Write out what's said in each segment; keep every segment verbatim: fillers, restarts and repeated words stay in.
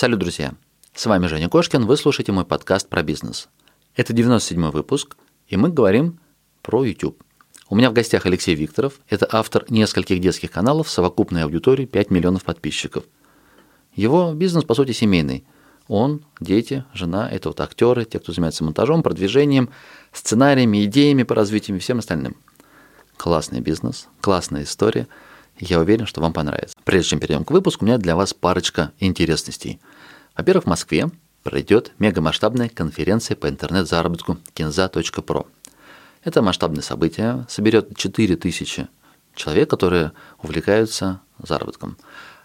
Салют, друзья! С вами Женя Кошкин, вы слушаете мой подкаст про бизнес. Это девяносто седьмой выпуск, и мы говорим про YouTube. У меня в гостях Алексей Викторов, это автор нескольких детских каналов с совокупной аудиторией пять миллионов подписчиков. Его бизнес, по сути, семейный. Он, дети, жена, это вот актеры, те, кто занимается монтажом, продвижением, сценариями, идеями по развитию и всем остальным. Классный бизнес, классная история. Я уверен, что вам понравится. Прежде чем перейдем к выпуску, у меня для вас парочка интересностей. Во-первых, в Москве пройдет мегамасштабная конференция по интернет-заработку кинза точка про. Это масштабное событие, соберет четыре тысячи человек, которые увлекаются заработком.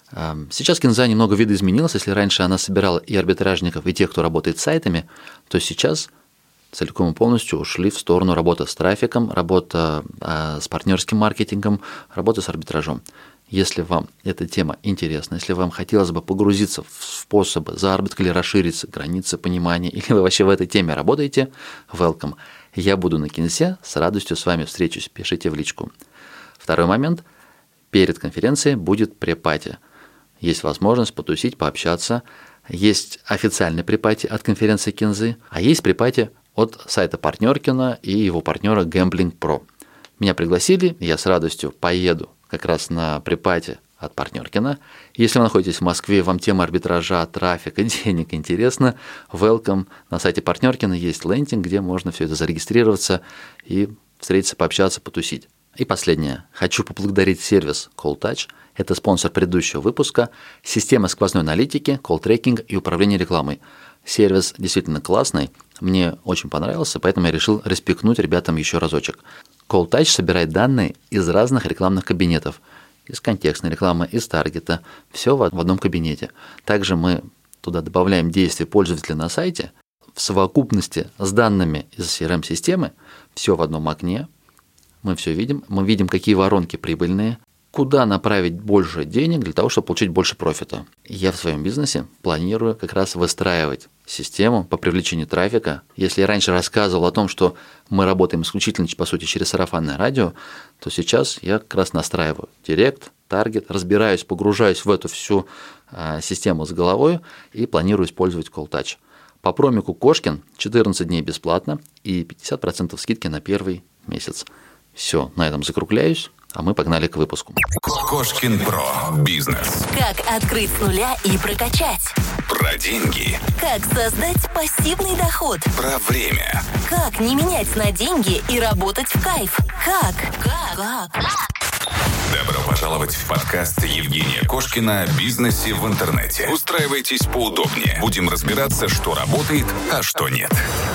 Сейчас Кинза немного видоизменилась. Если раньше она собирала и арбитражников, и тех, кто работает с сайтами, то сейчас целиком и полностью ушли в сторону работы с трафиком, работа с партнерским маркетингом, работа с арбитражом. Если вам эта тема интересна, если вам хотелось бы погрузиться в способы заработка или расширить границы понимания, или вы вообще в этой теме работаете, welcome. Я буду на Кинзе, с радостью с вами встречусь, пишите в личку. Второй момент. Перед конференцией будет препати. Есть возможность потусить, пообщаться. Есть официальный препати от конференции Кинзы, а есть препати от сайта Партнеркина и его партнера Gambling про. Меня пригласили, я с радостью поеду как раз на препати от Партнеркина. Если вы находитесь в Москве, вам тема арбитража, трафика, денег интересна, welcome. На сайте Партнеркина есть лендинг, где можно все это зарегистрироваться и встретиться, пообщаться, потусить. И последнее. Хочу поблагодарить сервис CallTouch. Это спонсор предыдущего выпуска. Система сквозной аналитики, колл-трекинг и управление рекламой. Сервис действительно классный. Мне очень понравился, поэтому я решил респектнуть ребятам еще разочек. CallTouch собирает данные из разных рекламных кабинетов. Из контекстной рекламы, из таргета. Все в одном кабинете. Также мы туда добавляем действия пользователя на сайте. В совокупности с данными из си эр эм-системы все в одном окне. Мы все видим. Мы видим, какие воронки прибыльные, куда направить больше денег для того, чтобы получить больше профита. Я в своем бизнесе планирую как раз выстраивать систему по привлечению трафика. Если я раньше рассказывал о том, что мы работаем исключительно, по сути, через сарафанное радио, то сейчас я как раз настраиваю директ, таргет, разбираюсь, погружаюсь в эту всю а, систему с головой и планирую использовать CallTouch. По промику Кошкин четырнадцать дней бесплатно и пятьдесят процентов скидки на первый месяц. Все, на этом закругляюсь, а мы погнали к выпуску. Кошкин Про. Бизнес. Как открыть с нуля и прокачать. Про деньги. Как создать пассивный доход. Про время. Как не менять на деньги и работать в кайф. Как? Как? Как? Добро пожаловать в подкаст Евгения Кошкина о бизнесе в интернете. Устраивайтесь поудобнее. Будем разбираться, что работает, а что нет.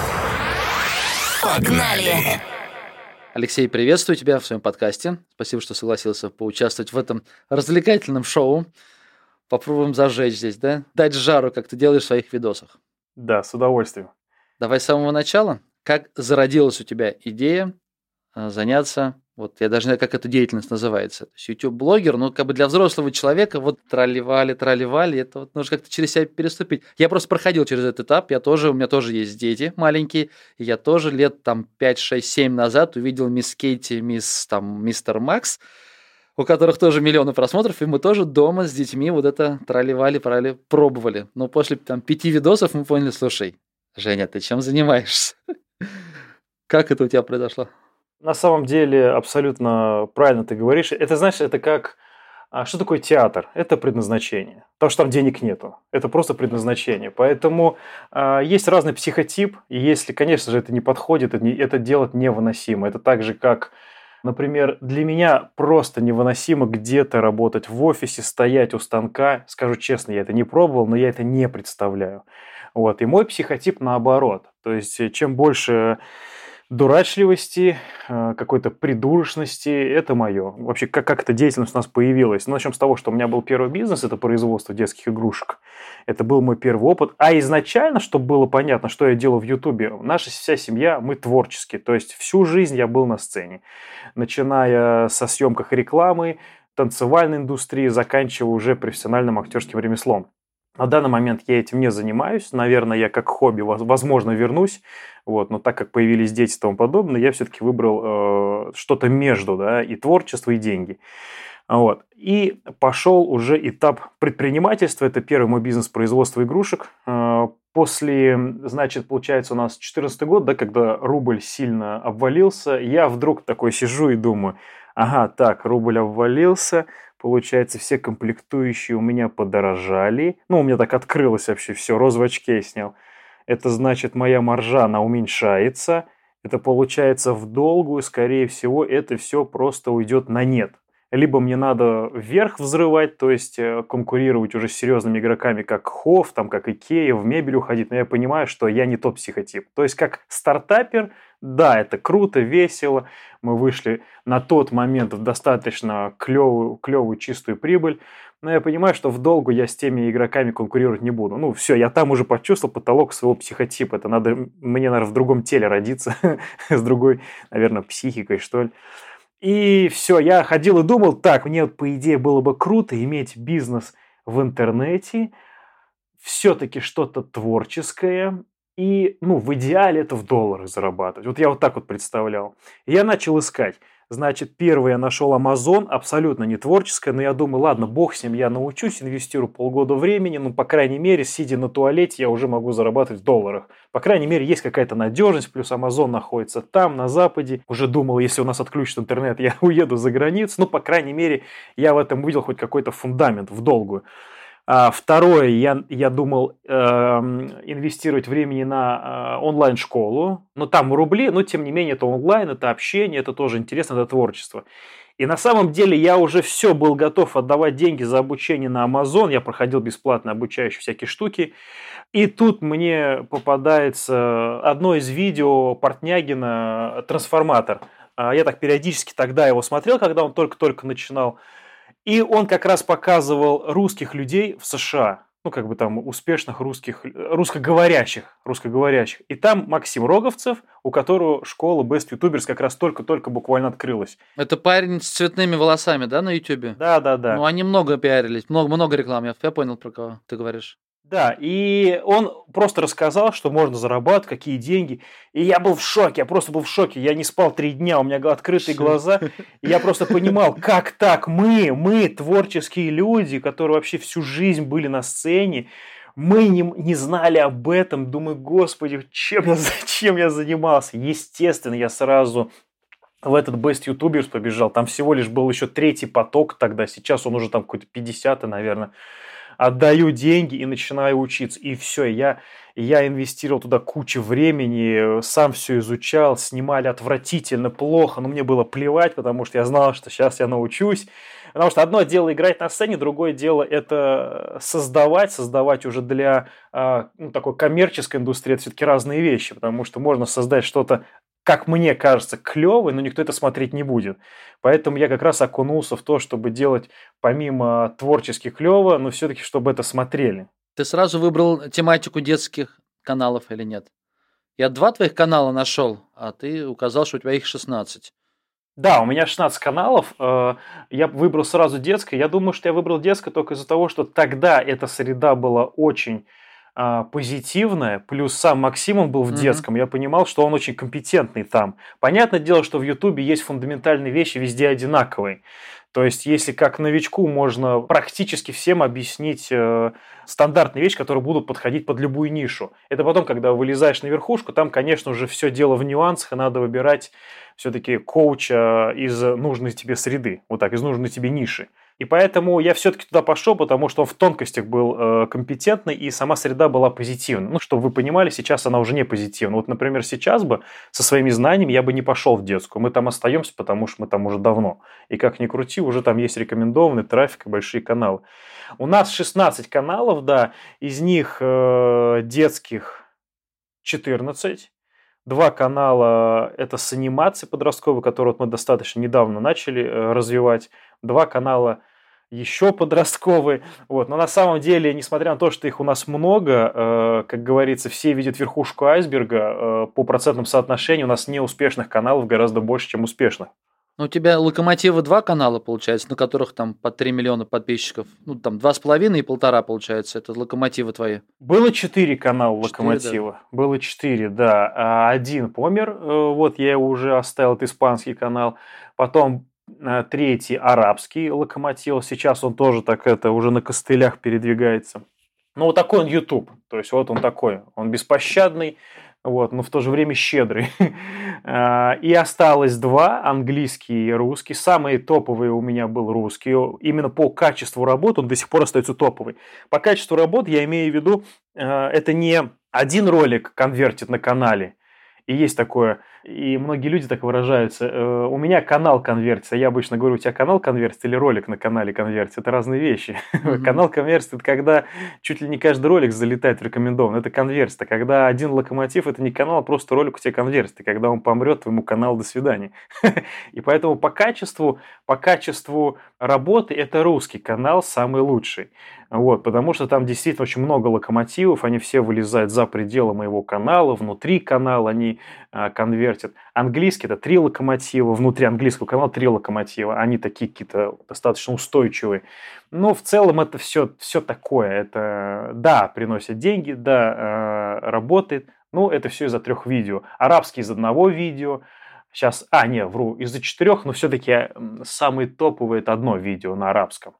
Погнали! Алексей, приветствую тебя в своем подкасте. Спасибо, что согласился поучаствовать в этом развлекательном шоу. Попробуем зажечь здесь, да? Дать жару, как ты делаешь в своих видосах. Да, с удовольствием. Давай с самого начала. Как зародилась у тебя идея заняться, вот я даже не знаю, как эта деятельность называется, то есть YouTube-блогер, ну, как бы для взрослого человека, вот тролливали, тролливали, это вот нужно как-то через себя переступить. Я просто проходил через этот этап, я тоже, у меня тоже есть дети маленькие, и я тоже лет там пять, шесть, семь назад увидел мисс Кейти, мисс там, мистер Макс, у которых тоже миллионы просмотров, и мы тоже дома с детьми вот это тролливали, тролли, пробовали. Но после там пяти видосов мы поняли, слушай, Женя, ты чем занимаешься? Как это у тебя произошло? На самом деле, абсолютно правильно ты говоришь. Это, знаешь, это как... Что такое театр? Это предназначение. Потому что там денег нету. Это просто предназначение. Поэтому э, есть разный психотип. И если, конечно же, это не подходит, это, не, это делать невыносимо. Это так же, как, например, для меня просто невыносимо где-то работать в офисе, стоять у станка. Скажу честно, я это не пробовал, но я это не представляю. Вот. И мой психотип наоборот. То есть, чем больше дурачливости, какой-то придурочности, это мое. Вообще, как, как эта деятельность у нас появилась? Ну, начнем с того, что у меня был первый бизнес, это производство детских игрушек. Это был мой первый опыт. А изначально, чтобы было понятно, что я делаю в Ютубе, наша вся семья, мы творческие. То есть, всю жизнь я был на сцене. Начиная со съемках рекламы, танцевальной индустрии, заканчивая уже профессиональным актерским ремеслом. На данный момент я этим не занимаюсь. Наверное, я как хобби, возможно, вернусь. Вот. Но так как появились дети и тому подобное, я все-таки выбрал э, что-то между, да, и творчество, и деньги. Вот. И пошел уже этап предпринимательства. Это первый мой бизнес производства игрушек. После, значит, получается, у нас четырнадцатый год, да, когда рубль сильно обвалился, я вдруг такой сижу и думаю, ага, так, рубль обвалился, получается, все комплектующие у меня подорожали. Ну, у меня так открылось вообще все, розовые очки я снял. Это значит, моя маржа, она уменьшается. Это получается в долгую, скорее всего, это все просто уйдет на нет. Либо мне надо вверх взрывать, то есть конкурировать уже с серьезными игроками, как Хофф, там, как Икея, в мебель уходить, но я понимаю, что я не тот психотип. То есть как стартапер, да, это круто, весело, мы вышли на тот момент в достаточно клевую, клевую чистую прибыль, но я понимаю, что в долгу я с теми игроками конкурировать не буду. Ну все, я там уже почувствовал потолок своего психотипа, это надо, мне, наверное, в другом теле родиться, с другой, наверное, психикой, что ли. И все, я ходил и думал, так, мне, по идее, было бы круто иметь бизнес в интернете, все-таки что-то творческое, и, ну, в идеале это в долларах зарабатывать. Вот я вот так вот представлял. И я начал искать. Значит, первый я нашел Amazon, абсолютно не творческое, но я думаю, ладно, бог с ним, я научусь, инвестирую полгода времени, ну, по крайней мере, сидя на туалете, я уже могу зарабатывать в долларах. По крайней мере, есть какая-то надежность, плюс Amazon находится там, на Западе. Уже думал, если у нас отключат интернет, я уеду за границу. Ну, по крайней мере, я в этом увидел хоть какой-то фундамент в долгую. А второе, я, я думал э, инвестировать времени на э, онлайн-школу. Но там рубли, но тем не менее это онлайн, это общение, это тоже интересно, это творчество. И на самом деле я уже все был готов отдавать деньги за обучение на Amazon. Я проходил бесплатно обучающие всякие штуки. И тут мне попадается одно из видео Портнягина «Трансформатор». Я так периодически тогда его смотрел, когда он только-только начинал. И он как раз показывал русских людей в США, ну, как бы там успешных русских, русскоговорящих, русскоговорящих. И там Максим Роговцев, у которого школа Best YouTubers как раз только-только буквально открылась. Это парень с цветными волосами, да, на Ютубе? Да, да, да. Ну, они много пиарились, много, много рекламы, я, я понял, про кого ты говоришь. Да, и он просто рассказал, что можно зарабатывать, какие деньги. И я был в шоке, я просто был в шоке. Я не спал три дня, у меня открытые глаза. И я просто понимал, как так мы, мы, творческие люди, которые вообще всю жизнь были на сцене, мы не, не знали об этом. Думаю, господи, чем я, зачем я занимался? Естественно, я сразу в этот Best YouTubers побежал. Там всего лишь был еще третий поток тогда. Сейчас он уже там какой-то пятидесятый, наверное. Отдаю деньги и начинаю учиться. И все, я, я инвестировал туда кучу времени, сам все изучал, снимали отвратительно, плохо, но мне было плевать, потому что я знал, что сейчас я научусь. Потому что одно дело играть на сцене, другое дело это создавать, создавать уже для ну, такой коммерческой индустрии, это все-таки разные вещи, потому что можно создать что-то, как мне кажется, клевый, но никто это смотреть не будет. Поэтому я как раз окунулся в то, чтобы делать помимо творчески клево, но все-таки чтобы это смотрели. Ты сразу выбрал тематику детских каналов или нет? Я два твоих канала нашел, а ты указал, что у тебя их шестнадцать. Да, у меня шестнадцать каналов. Я выбрал сразу детское. Я думаю, что я выбрал детское только из-за того, что тогда эта среда была очень позитивная, плюс сам Максим, он был в детском, mm-hmm. я понимал, что он очень компетентный там. Понятное дело, что в Ютубе есть фундаментальные вещи везде одинаковые. То есть, если как новичку можно практически всем объяснить э, стандартные вещи, которые будут подходить под любую нишу. Это потом, когда вылезаешь на верхушку, там, конечно, уже все дело в нюансах, и надо выбирать все-таки коуча из нужной тебе среды, вот так, из нужной тебе ниши. И поэтому я все-таки туда пошел, потому что он в тонкостях был э, компетентный, и сама среда была позитивной. Ну, чтобы вы понимали, сейчас она уже не позитивна. Вот, например, сейчас бы со своими знаниями я бы не пошел в детскую. Мы там остаемся, потому что мы там уже давно. И как ни крути, уже там есть рекомендованный трафик и большие каналы. У нас шестнадцать каналов, да, из них э, детских четырнадцать. Два канала – это с анимацией подростковой, которую мы достаточно недавно начали э, развивать. Два канала еще подростковые. Вот. Но на самом деле, несмотря на то, что их у нас много, э, как говорится, все видят верхушку айсберга, э, по процентному соотношению у нас неуспешных каналов гораздо больше, чем успешных. У тебя Локомотива два канала, получается, на которых там по три миллиона подписчиков. Ну, там два с половиной и полтора, получается. Это Локомотивы твои. Было четыре канала Локомотива. Да. Было четыре, да. Один помер. Вот я его уже оставил, это испанский канал. Потом третий арабский локомотив. Сейчас он тоже так это уже на костылях передвигается. Ну, вот такой он YouTube. То есть, вот он такой. Он беспощадный, вот, но в то же время щедрый. И осталось два, английский и русский. Самый топовый у меня был русский. Именно по качеству работы он до сих пор остается топовый. По качеству работы я имею в виду, это не один ролик конвертит на канале. И есть такое, и многие люди так выражаются. У меня канал конвертится. Я обычно говорю, у тебя канал конвертится или ролик на канале конвертится. Это разные вещи. Mm-hmm. Канал конвертится, это когда чуть ли не каждый ролик залетает в рекомендованный. Это конвертится. Когда один локомотив, это не канал, а просто ролик у тебя конвертится. Когда он помрет, твоему каналу до свидания. И поэтому по качеству, по качеству работы это русский канал самый лучший. Вот, потому что там действительно очень много локомотивов, они все вылезают за пределы моего канала, внутри канала они а, конвертят. Английский – это три локомотива, внутри английского канала три локомотива, они такие какие-то достаточно устойчивые. Но в целом это все, все такое, это, да, приносит деньги, да, э, работает, но это все из-за трех видео. Арабский из одного видео, сейчас, а, не, вру, из-за четырех, но все-таки самый топовый – это одно видео на арабском.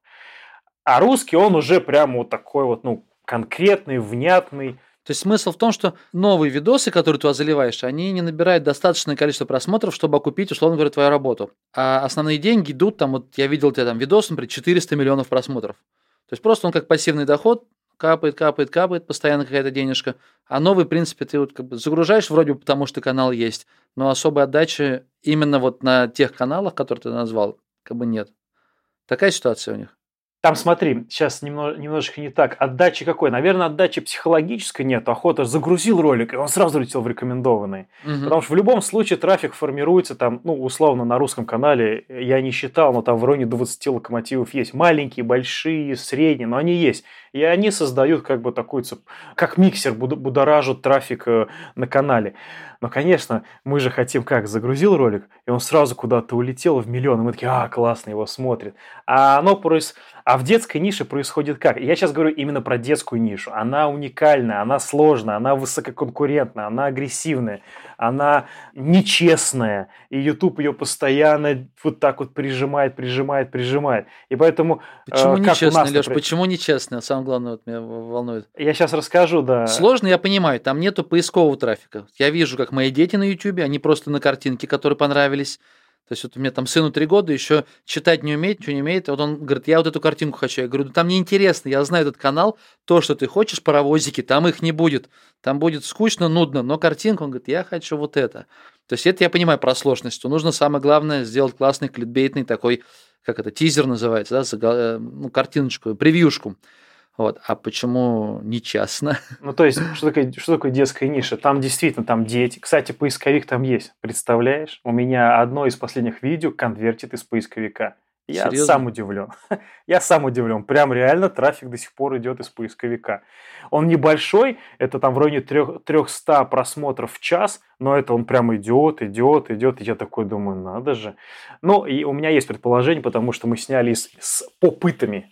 А русский, он уже прямо вот такой вот, ну, конкретный, внятный. То есть смысл в том, что новые видосы, которые ты заливаешь, они не набирают достаточное количество просмотров, чтобы окупить, условно говоря, твою работу. А основные деньги идут, там, вот я видел у тебя там видос, например, четыреста миллионов просмотров. То есть просто он как пассивный доход, капает, капает, капает, постоянно какая-то денежка. А новый, в принципе, ты вот как бы загружаешь вроде бы потому, что канал есть, но особой отдачи именно вот на тех каналах, которые ты назвал, как бы нет. Такая ситуация у них. Там, смотри, сейчас немного, немножечко не так. Отдачи какой? Наверное, отдачи психологической нет. Охота загрузил ролик, и он сразу летел в рекомендованные. Угу. Потому что в любом случае трафик формируется там, ну, условно, на русском канале, я не считал, но там в районе двадцать локомотивов есть. Маленькие, большие, средние, но они есть. И они создают как бы такой, как миксер, будоражат трафик на канале. Но, конечно, мы же хотим как? Загрузил ролик, и он сразу куда-то улетел в миллион, и мы такие, а, классно, его смотрят. А оно проис... А в детской нише происходит как? Я сейчас говорю именно про детскую нишу. Она уникальная, она сложная, она высококонкурентная, она агрессивная, она нечестная. И YouTube ее постоянно вот так вот прижимает, прижимает, прижимает. И поэтому... Почему э, нечестная, Леш? Например... Почему нечестная? Самое главное, вот меня волнует. Я сейчас расскажу, да. Сложно, я понимаю, там нету поискового трафика. Я вижу, как мои дети на YouTube, они просто на картинки, которые понравились. То есть вот у меня там сыну три года, еще читать не умеет, ничего не умеет. Вот он говорит, я вот эту картинку хочу. Я говорю, ну там неинтересно, я знаю этот канал, то, что ты хочешь, паровозики, там их не будет. Там будет скучно, нудно, но картинка, он говорит, я хочу вот это. То есть это я понимаю про сложность, что нужно самое главное сделать классный кликбейтный такой, как это, тизер называется, да, ну, картиночку, превьюшку. Вот. А почему нечестно? Ну, то есть, что такое, что такое детская ниша? Там действительно, там дети. Кстати, поисковик там есть, представляешь? У меня одно из последних видео конвертит из поисковика. Я Серьезно? сам удивлен. Я сам удивлен. Прям реально трафик до сих пор идет из поисковика. Он небольшой, это там в районе триста просмотров в час, но это он прям идет, идет, идет. И я такой думаю, надо же. Ну, и у меня есть предположение, потому что мы сняли с, с попытами.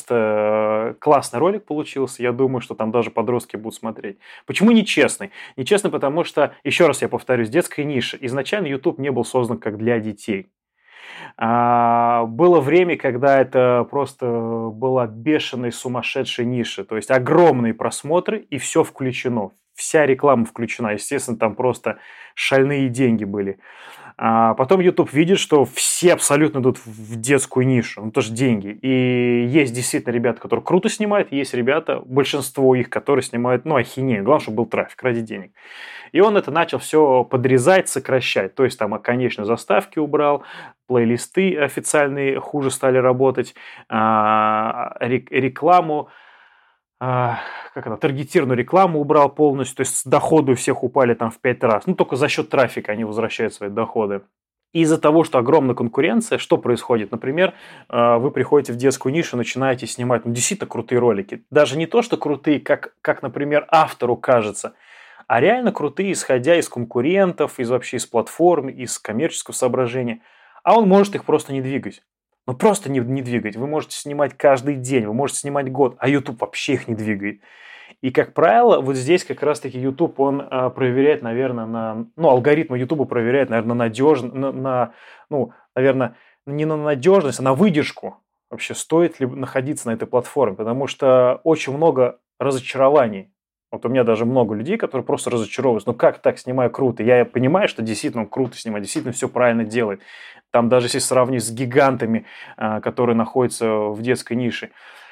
Просто классный ролик получился. Я думаю, что там даже подростки будут смотреть. Почему нечестный? Нечестный, потому что, еще раз я повторюсь, детская ниша. Изначально YouTube не был создан как для детей. Было время, когда это просто была бешеная, сумасшедшая ниша. То есть огромные просмотры, и все включено. Вся реклама включена. Естественно, там просто шальные деньги были. А потом YouTube видит, что все абсолютно идут в детскую нишу. Ну, тоже деньги. И есть действительно ребята, которые круто снимают. Есть ребята, большинство их, которые снимают, ну, ахинею. Главное, чтобы был трафик ради денег. И он это начал все подрезать, сокращать. То есть там, конечно, заставки убрал, плейлисты официальные хуже стали работать, рекламу, как это, таргетированную рекламу убрал полностью, то есть доходы у всех упали там в пять раз. Ну, только за счет трафика они возвращают свои доходы. И из-за того, что огромная конкуренция, что происходит? Например, вы приходите в детскую нишу, начинаете снимать ну, действительно крутые ролики. Даже не то, что крутые, как, как, например, автору кажется, а реально крутые, исходя из конкурентов, из вообще из платформ, из коммерческого соображения. А он может их просто не двигать. Ну, просто не, не двигать. Вы можете снимать каждый день, вы можете снимать год, а YouTube вообще их не двигает. И, как правило, вот здесь как раз-таки YouTube, он а, проверяет, наверное, на... Ну, алгоритмы YouTube проверяет, наверное, надежно, на, на, ну, наверное, не на надежность, а на выдержку. Вообще, стоит ли находиться на этой платформе, потому что очень много разочарований. Вот у меня даже много людей, которые просто разочаровываются. Ну как так, снимаю круто? Я понимаю, что действительно он круто снимает, действительно все правильно делает. Там даже если сравнить с гигантами, которые находятся в детской нише.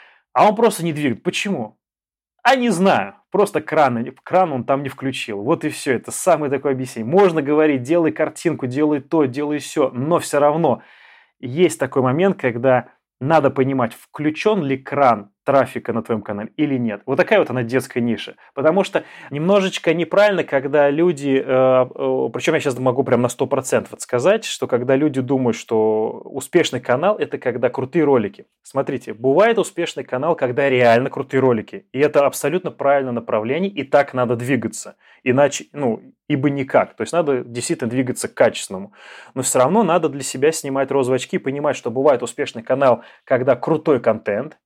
А он просто не двигает. Почему? А не знаю. Просто кран, кран он там не включил. Вот и все. Это самое такое объяснение. Можно говорить, делай картинку, делай то, делай все. Но все равно есть такой момент, когда надо понимать, включен ли кран трафика на твоем канале или нет. Вот такая вот она детская ниша. Потому что немножечко неправильно, когда люди, э, э, причем я сейчас могу прям на сто процентов сказать, что когда люди думают, что успешный канал – это когда крутые ролики. Смотрите, бывает успешный канал, когда реально крутые ролики. И это абсолютно правильное направление, и так надо двигаться. Иначе, ну, ибо никак. То есть надо действительно двигаться к качественному. Но все равно надо для себя снимать розовые очки и понимать, что бывает успешный канал, когда крутой контент,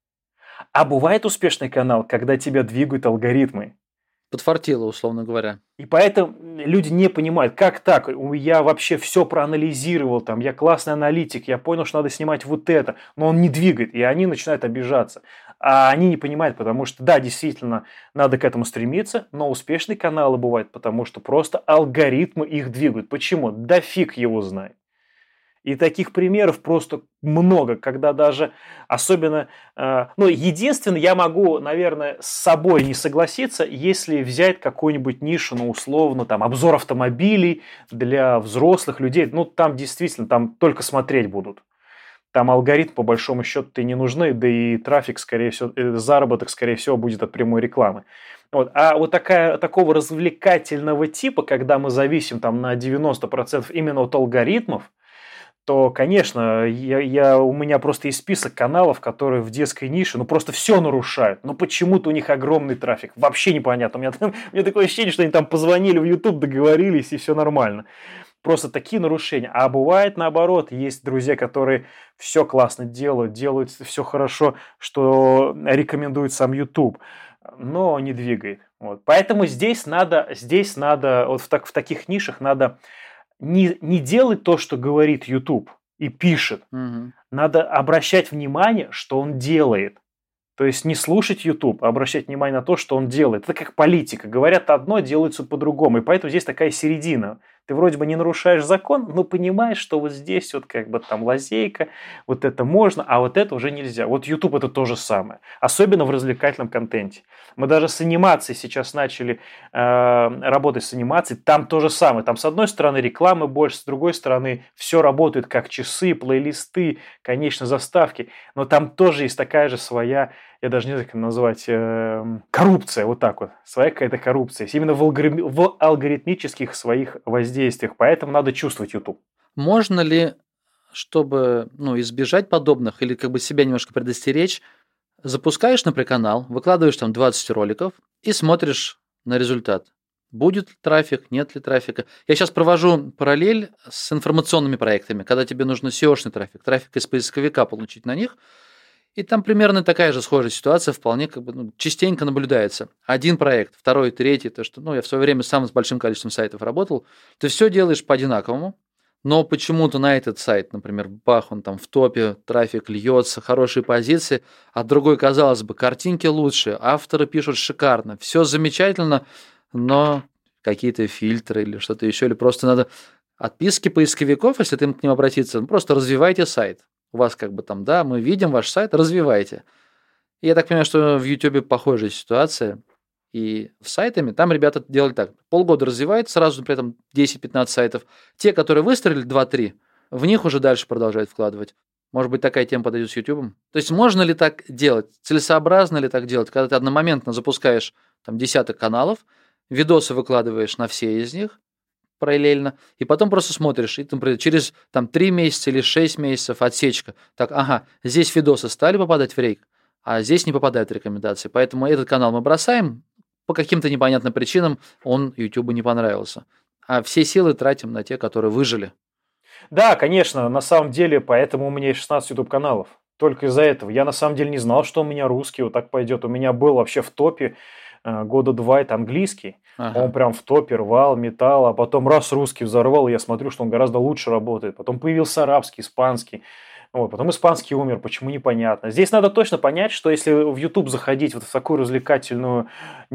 а бывает успешный канал, когда тебя двигают алгоритмы. Подфартило, условно говоря. И поэтому люди не понимают, как так? Я вообще все проанализировал, там, я классный аналитик, я понял, что надо снимать вот это, но он не двигает, и они начинают обижаться. А они не понимают, потому что, да, действительно, надо к этому стремиться, но успешные каналы бывают, потому что просто алгоритмы их двигают. Почему? Да фиг его знает. И таких примеров просто много, когда даже особенно... Э, ну, единственное, я могу, наверное, с собой не согласиться, если взять какую-нибудь нишу, ну, условно, там, обзор автомобилей для взрослых людей. Ну, там действительно, там только смотреть будут. Там алгоритм, по большому счету, и не нужны, да и трафик, скорее всего, заработок, скорее всего, будет от прямой рекламы. Вот. А вот такая, такого развлекательного типа, когда мы зависим там, на девяносто процентов именно от алгоритмов, то, конечно, я, я, у меня просто есть список каналов, которые в детской нише, ну, просто все нарушают. Но почему-то у них огромный трафик. Вообще непонятно. У меня, там, у меня такое ощущение, что они там позвонили в YouTube, договорились, и все нормально. Просто такие нарушения. А бывает наоборот. Есть друзья, которые все классно делают, делают все хорошо, что рекомендует сам YouTube, но не двигает. Вот. Поэтому здесь надо, здесь надо вот в, так, в таких нишах надо... Не, не делать то, что говорит YouTube и пишет. Угу. Надо обращать внимание, что он делает. То есть не слушать YouTube, а обращать внимание на то, что он делает. Это как политика. Говорят одно, делается по-другому. И поэтому здесь такая середина. Ты вроде бы не нарушаешь закон, но понимаешь, что вот здесь вот как бы там лазейка, вот это можно, а вот это уже нельзя. Вот YouTube это то же самое. Особенно в развлекательном контенте. Мы даже с анимацией сейчас начали э, работать с анимацией. Там то же самое. Там с одной стороны рекламы больше, с другой стороны все работает как часы, плейлисты, конечно, заставки. Но там тоже есть такая же своя, я даже не знаю, как назвать, э, коррупция, вот так вот. Своя какая-то коррупция. Именно в, алгоритми- в алгоритмических своих воздействиях. Поэтому надо чувствовать YouTube. Можно ли, чтобы ну, избежать подобных или как бы себя немножко предостеречь, запускаешь, например, канал, выкладываешь там двадцать роликов и смотришь на результат. Будет ли трафик, нет ли трафика. Я сейчас провожу параллель с информационными проектами, когда тебе нужно сеошный трафик, трафик из поисковика получить на них. И там примерно такая же схожая ситуация вполне как бы ну, частенько наблюдается. Один проект, второй, третий, то что, ну, я в свое время сам с большим количеством сайтов работал. Ты все делаешь по-одинаковому, но почему-то на этот сайт, например, бах, он там в топе, трафик льется, хорошие позиции, а другой, казалось бы, картинки лучше, авторы пишут шикарно, все замечательно, но какие-то фильтры или что-то еще, или просто надо отписки поисковиков, если ты к ним обратиться, ну, просто развивайте сайт. У вас как бы там, да, мы видим ваш сайт, развивайте. И я так понимаю, что в YouTube похожая ситуация. И с сайтами, там ребята делали так. Полгода развивают, сразу при этом десять-пятнадцать сайтов. Те, которые выстрелили два-три, в них уже дальше продолжают вкладывать. Может быть, такая тема подойдет с YouTube? То есть можно ли так делать? Целесообразно ли так делать? Когда ты одномоментно запускаешь там десяток каналов, видосы выкладываешь на все из них, параллельно, и потом просто смотришь, и например, через там, три месяца или шесть месяцев отсечка. Так, ага, здесь видосы стали попадать в рейк, а здесь не попадают в рекомендации. Поэтому этот канал мы бросаем, по каким-то непонятным причинам он YouTube не понравился. А все силы тратим на те, которые выжили. Да, конечно, на самом деле, поэтому у меня есть шестнадцать YouTube-каналов. Только из-за этого. Я на самом деле не знал, что у меня русский вот так пойдет. У меня был вообще в топе э, года два это английский. Ага. Он прям в топе рвал, металл, а потом раз русский взорвал, и я смотрю, что он гораздо лучше работает. Потом появился арабский, испанский. Вот, потом испанский умер, почему непонятно. Здесь надо точно понять, что если в YouTube заходить вот в такую развлекательную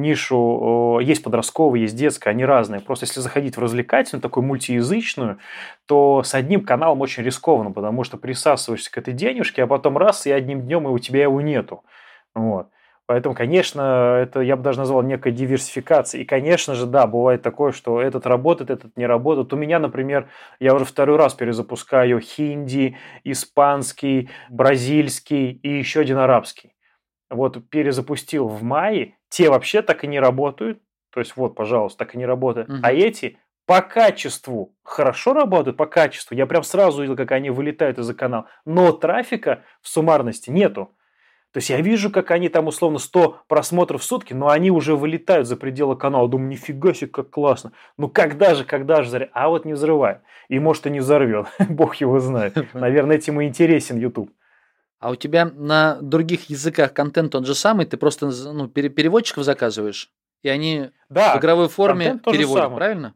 нишу, есть подростковая, есть детская, они разные. Просто если заходить в развлекательную, такую мультиязычную, то с одним каналом очень рискованно, потому что присасываешься к этой денежке, а потом раз, и одним днем и у тебя его нету. Вот. Поэтому, конечно, это я бы даже назвал некой диверсификацией. И, конечно же, да, бывает такое, что этот работает, этот не работает. У меня, например, я уже второй раз перезапускаю хинди, испанский, бразильский и еще один арабский. Вот перезапустил в мае. Те вообще так и не работают. То есть вот, пожалуйста, так и не работают. Мгм. А эти по качеству хорошо работают, по качеству. Я прям сразу видел, как они вылетают из-за канала. Но трафика в суммарности нету. То есть я вижу, как они там условно сто просмотров в сутки, но они уже вылетают за пределы канала. Думаю, нифига себе, как классно. Ну когда же, когда же заря- А вот не взрывает. И может и не взорвет. Бог его знает. Наверное, этим и интересен YouTube. А у тебя на других языках контент тот же самый, ты просто ну, пере- переводчиков заказываешь, и они в Да, игровой форме контент тот же переводят, самый. правильно?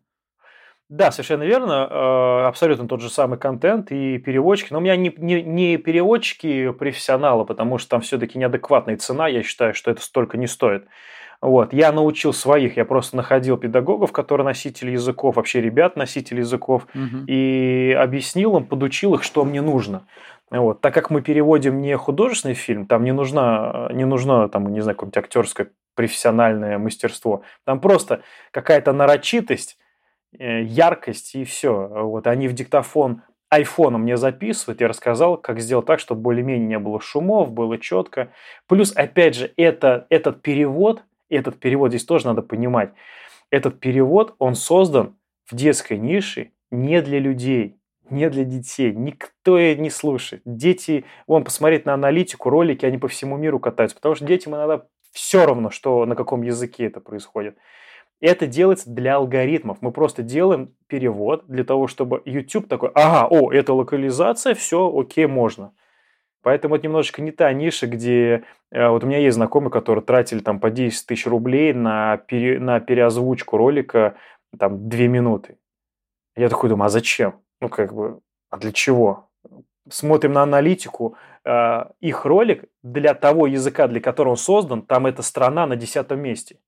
Да, совершенно верно. э, Абсолютно тот же самый контент и переводчики. Но у меня не, не, не переводчики профессионалы, потому что там все-таки неадекватная цена. Я считаю, что это столько не стоит. Вот. Я научил своих, я просто находил педагогов, которые носители языков, вообще ребят носители языков, Мгм. и объяснил им, подучил их, что мне нужно. Вот. Так как мы переводим не художественный фильм, там не нужно, не нужно там, не знаю, какое-нибудь актерское профессиональное мастерство. Там просто какая-то нарочитость, э, яркость и все. Вот они в диктофон айфоном мне записывают. Я рассказал, как сделать так, чтобы более-менее не было шумов, было четко. Плюс, опять же, это, этот перевод, этот перевод здесь тоже надо понимать. Этот перевод, он создан в детской нише не для людей, не для детей. Никто ее не слушает. Дети, вон, посмотреть на аналитику, ролики, они по всему миру катаются, потому что детям иногда все равно, что на каком языке это происходит. Это делается для алгоритмов. Мы просто делаем перевод для того, чтобы YouTube такой, ага, о, это локализация, все, окей, можно. Поэтому это немножечко не та ниша, где... э, Вот у меня есть знакомые, которые тратили там по десять тысяч рублей на, пере- на переозвучку ролика там две минуты. Я такой думаю, а зачем? Ну, как бы, а для чего? Смотрим на аналитику. э, Их ролик для того языка, для которого он создан, там эта страна на десятом месте.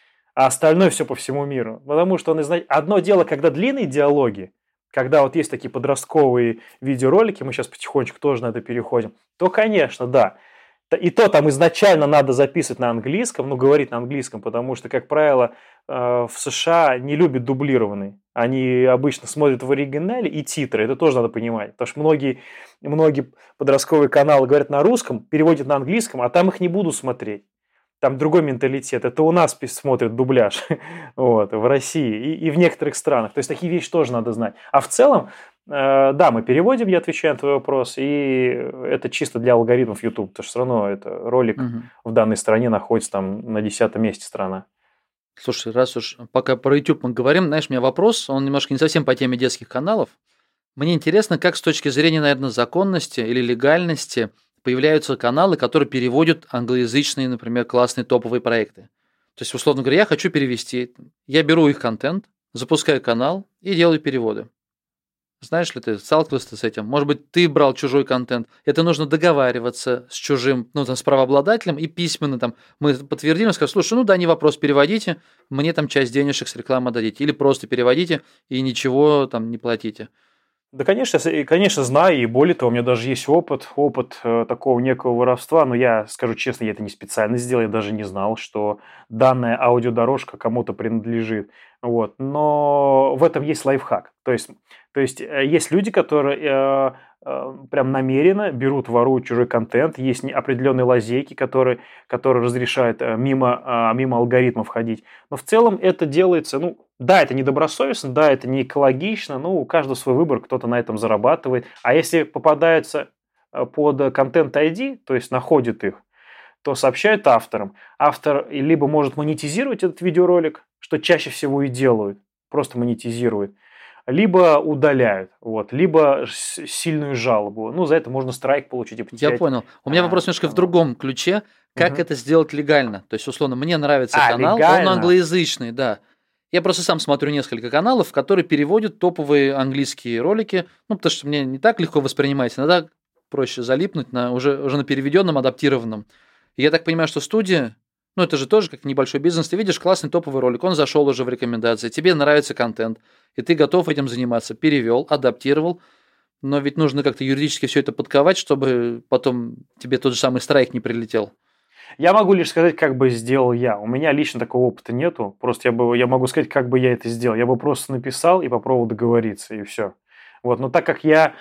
А остальное все по всему миру. Потому что он изна- одно дело, когда длинные диалоги, когда вот есть такие подростковые видеоролики, мы сейчас потихонечку тоже на это переходим, то, конечно, да. Т- И то там изначально надо записывать на английском, ну, говорить на английском, потому что, как правило, э, в США не любят дублированный. Они обычно смотрят в оригинале и титры, это тоже надо понимать. Потому что многие, многие подростковые каналы говорят на русском, переводят на английском, а там их не буду смотреть. Там другой менталитет. Это у нас пи- смотрят дубляж вот, в России и, и в некоторых странах. То есть такие вещи тоже надо знать. А в целом, э, да, мы переводим, я отвечаю на твой вопрос, и это чисто для алгоритмов YouTube, потому что все равно это ролик Мгм. в данной стране находится там на десятом месте страна. Слушай, раз уж пока про YouTube мы говорим, знаешь, у меня вопрос, он немножко не совсем по теме детских каналов. Мне интересно, как с точки зрения, наверное, законности или легальности появляются каналы, которые переводят англоязычные, например, классные топовые проекты. То есть, условно говоря, я хочу перевести, я беру их контент, запускаю канал и делаю переводы. Знаешь ли ты, сталкивался с этим? Может быть, ты брал чужой контент. Это нужно договариваться с чужим, ну, там, с правообладателем и письменно там мы подтвердим, и скажем, слушай, ну да, не вопрос, переводите, мне там часть денежек с рекламы отдадите. Или просто переводите и ничего там не платите. Да, конечно, с- и, конечно, знаю, и более того, у меня даже есть опыт, опыт э, такого некого воровства, но я скажу честно, я это не специально сделал, я даже не знал, что данная аудиодорожка кому-то принадлежит. Вот. Но в этом есть лайфхак. То есть, то есть э, есть люди, которые э, э, прям намеренно берут, воруют чужой контент, есть не- определенные лазейки, которые, которые разрешают э, мимо, а, мимо алгоритмов ходить. Но в целом это делается, ну, да, это недобросовестно, да, это не экологично, ну, у каждого свой выбор, кто-то на этом зарабатывает. А если попадается э, под контент ай ди, то есть находит их, то сообщают авторам. Автор либо может монетизировать этот видеоролик, что чаще всего и делают, просто монетизируют, либо удаляют, вот, либо с- сильную жалобу. Ну, за это можно страйк получить и Я потерять. понял. У меня а, вопрос немножко в канал. другом ключе. как Мгм. это сделать легально. То есть, условно, мне нравится А, канал, он легально? англоязычный, да. Я просто сам смотрю несколько каналов, которые переводят топовые английские ролики, ну, потому что мне не так легко воспринимать, иногда проще залипнуть на уже, уже на переведенном, адаптированном. И я так понимаю, что студия, ну, это же тоже как небольшой бизнес, ты видишь классный топовый ролик, он зашел уже в рекомендации, тебе нравится контент, и ты готов этим заниматься, перевел, адаптировал, но ведь нужно как-то юридически все это подковать, чтобы потом тебе тот же самый страйк не прилетел. Я могу лишь сказать, как бы сделал я. У меня лично такого опыта нету. Просто я, бы, я могу сказать, как бы я это сделал. Я бы просто написал и попробовал договориться, и все. Вот. Но так как я,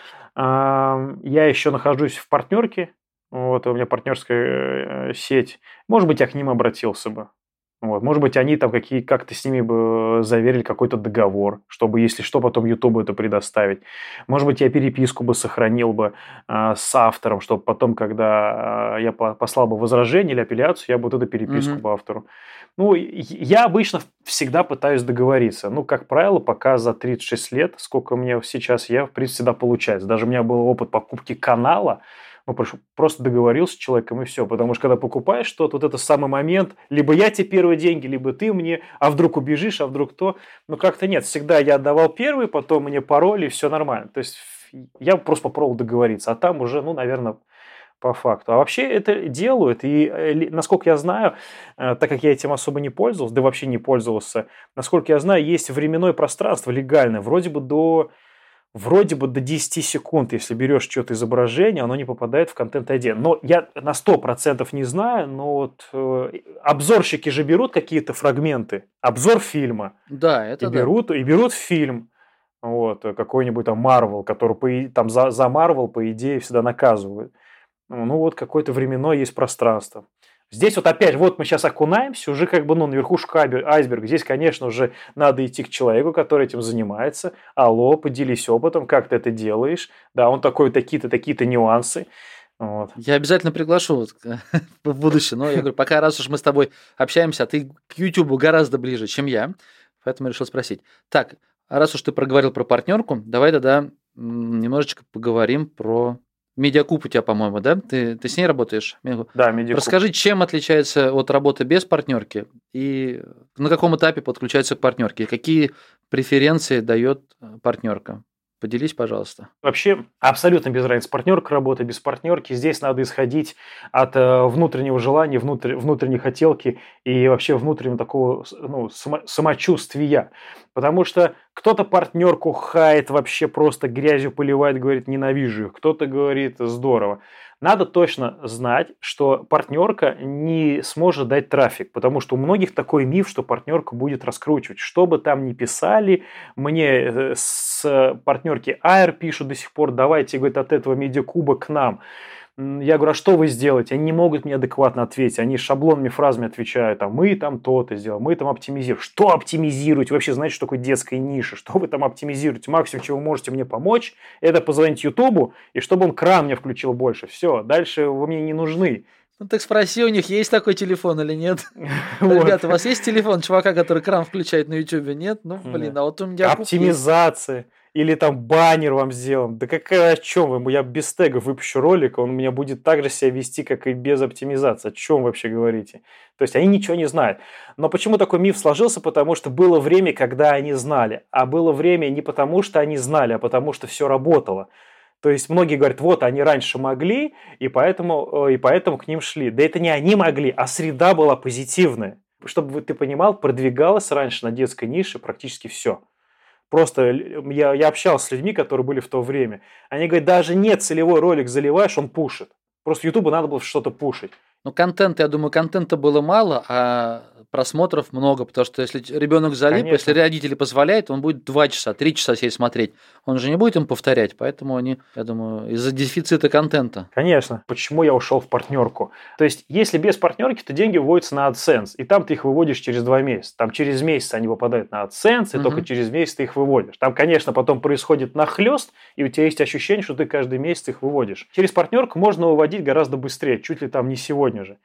а, я еще нахожусь в партнерке, вот, у меня партнерская э, сеть, может быть, я к ним обратился бы. Вот. Может быть, они там какие, как-то с ними бы заверили какой-то договор, чтобы, если что, потом Ютубу это предоставить. Может быть, я переписку бы сохранил бы а, с автором, чтобы потом, когда а, я по- послал бы возражение или апелляцию, я бы вот эту переписку Мгм. бы автору. Ну, и- я обычно всегда пытаюсь договориться. Ну, как правило, пока за тридцать шесть лет, сколько у меня сейчас, я, в принципе, всегда получается. Даже у меня был опыт покупки канала, ну, прошу- просто договорился с человеком и все. Потому что когда покупаешь что-то, вот это самый момент, либо я тебе первые деньги, либо ты мне, а вдруг убежишь, а вдруг то. Ну, как-то нет. Всегда я отдавал первый, потом мне пароль, и все нормально. То есть я просто попробовал договориться, а там уже, ну, наверное, по факту. А вообще это делают, и э, ли- насколько я знаю, э, так как я этим особо не пользовался, да вообще не пользовался, насколько я знаю, есть временное пространство легальное, вроде бы до Вроде бы до десяти секунд, если берешь что-то изображение, оно не попадает в контент ай ди. Но я на сто процентов не знаю, но вот э, обзорщики же берут какие-то фрагменты, обзор фильма, Да, и это да. берут, и берут фильм, вот, э, какой-нибудь там Marvel, который по и- там за, за Marvel, по идее, всегда наказывают. Ну, ну, вот какое-то временное есть пространство. Здесь вот опять, вот мы сейчас окунаемся, уже как бы, ну, на верхушку айбер- айсберга. Здесь, конечно, уже надо идти к человеку, который этим занимается. Алло, поделись опытом, как ты это делаешь. Да, он такой, такие-то, такие-то нюансы. Вот. Я обязательно приглашу вот, в будущее. Но я говорю, пока раз уж мы с тобой общаемся, а ты к Ютубу гораздо ближе, чем я, поэтому решил спросить. Так, а раз уж ты проговорил про партнерку, давай тогда м, немножечко поговорим про Медиакуб у тебя, по-моему, да? Ты, ты с ней работаешь? Медиакуб. Да, Медиакуб. Расскажи, чем отличается от работы без партнерки и на каком этапе подключается к партнерке, какие преференции дает партнерка? Поделись, пожалуйста. Вообще абсолютно без разницы, партнерка работает, без партнерки. Здесь надо исходить от э, внутреннего желания, внутрь, внутренней хотелки и вообще внутреннего такого ну, само- самочувствия. Потому что кто-то партнерку хает, вообще просто грязью поливает, говорит, ненавижу их. Кто-то говорит, здорово. Надо точно знать, что партнерка не сможет дать трафик, потому что у многих такой миф, что партнерка будет раскручивать. Что бы там ни писали, мне э, с партнерки Air пишут до сих пор, давайте, говорит, от этого медиакуба к нам. М, Я говорю, а что вы сделаете? Они не могут мне адекватно ответить. Они шаблонными фразами отвечают. А мы там то-то сделаем, мы там оптимизируем. Что оптимизируете? Вы вообще знаете, что такое детская ниша? Что вы там оптимизируете? Максимум, чего вы можете мне помочь, это позвонить Ютубу, и чтобы он кран мне включил больше. Все, дальше вы мне не нужны. Ну так спроси у них, есть такой телефон или нет. Вот. Ребята, у вас есть телефон чувака, который кран включает на Ютубе? Нет? Ну, блин, а вот у меня куб есть. Оптимизация. Или там баннер вам сделан. Да какая, о чем вы? Я без тегов выпущу ролик, он у меня будет так же себя вести, как и без оптимизации. О чем вы вообще говорите? То есть они ничего не знают. Но почему такой миф сложился? Потому что было время, когда они знали. А было время не потому, что они знали, а потому что все работало. То есть многие говорят, вот они раньше могли, и поэтому, и поэтому к ним шли. Да это не они могли, а среда была позитивная. Чтобы ты понимал, продвигалось раньше на детской нише практически все. Просто я, я общался с людьми, которые были в то время. Они говорят, даже нет, целевой ролик заливаешь, он пушит. Просто Ютубу надо было что-то пушить. Ну, контента, я думаю, контента было мало, а просмотров много, потому что если ребенок залип, Конечно. если родители позволяют, он будет два часа, три часа сидеть смотреть. Он же не будет им повторять, поэтому они, я думаю, из-за дефицита контента. Конечно. Почему я ушел в партнерку? То есть, если без партнерки, то деньги выводятся на AdSense, и там ты их выводишь через два месяца. Там через месяц они попадают на AdSense, и Мгм. только через месяц ты их выводишь. Там, конечно, потом происходит нахлест, и у тебя есть ощущение, что ты каждый месяц их выводишь. Через партнерку можно выводить гораздо быстрее, чуть ли там не сегодня же.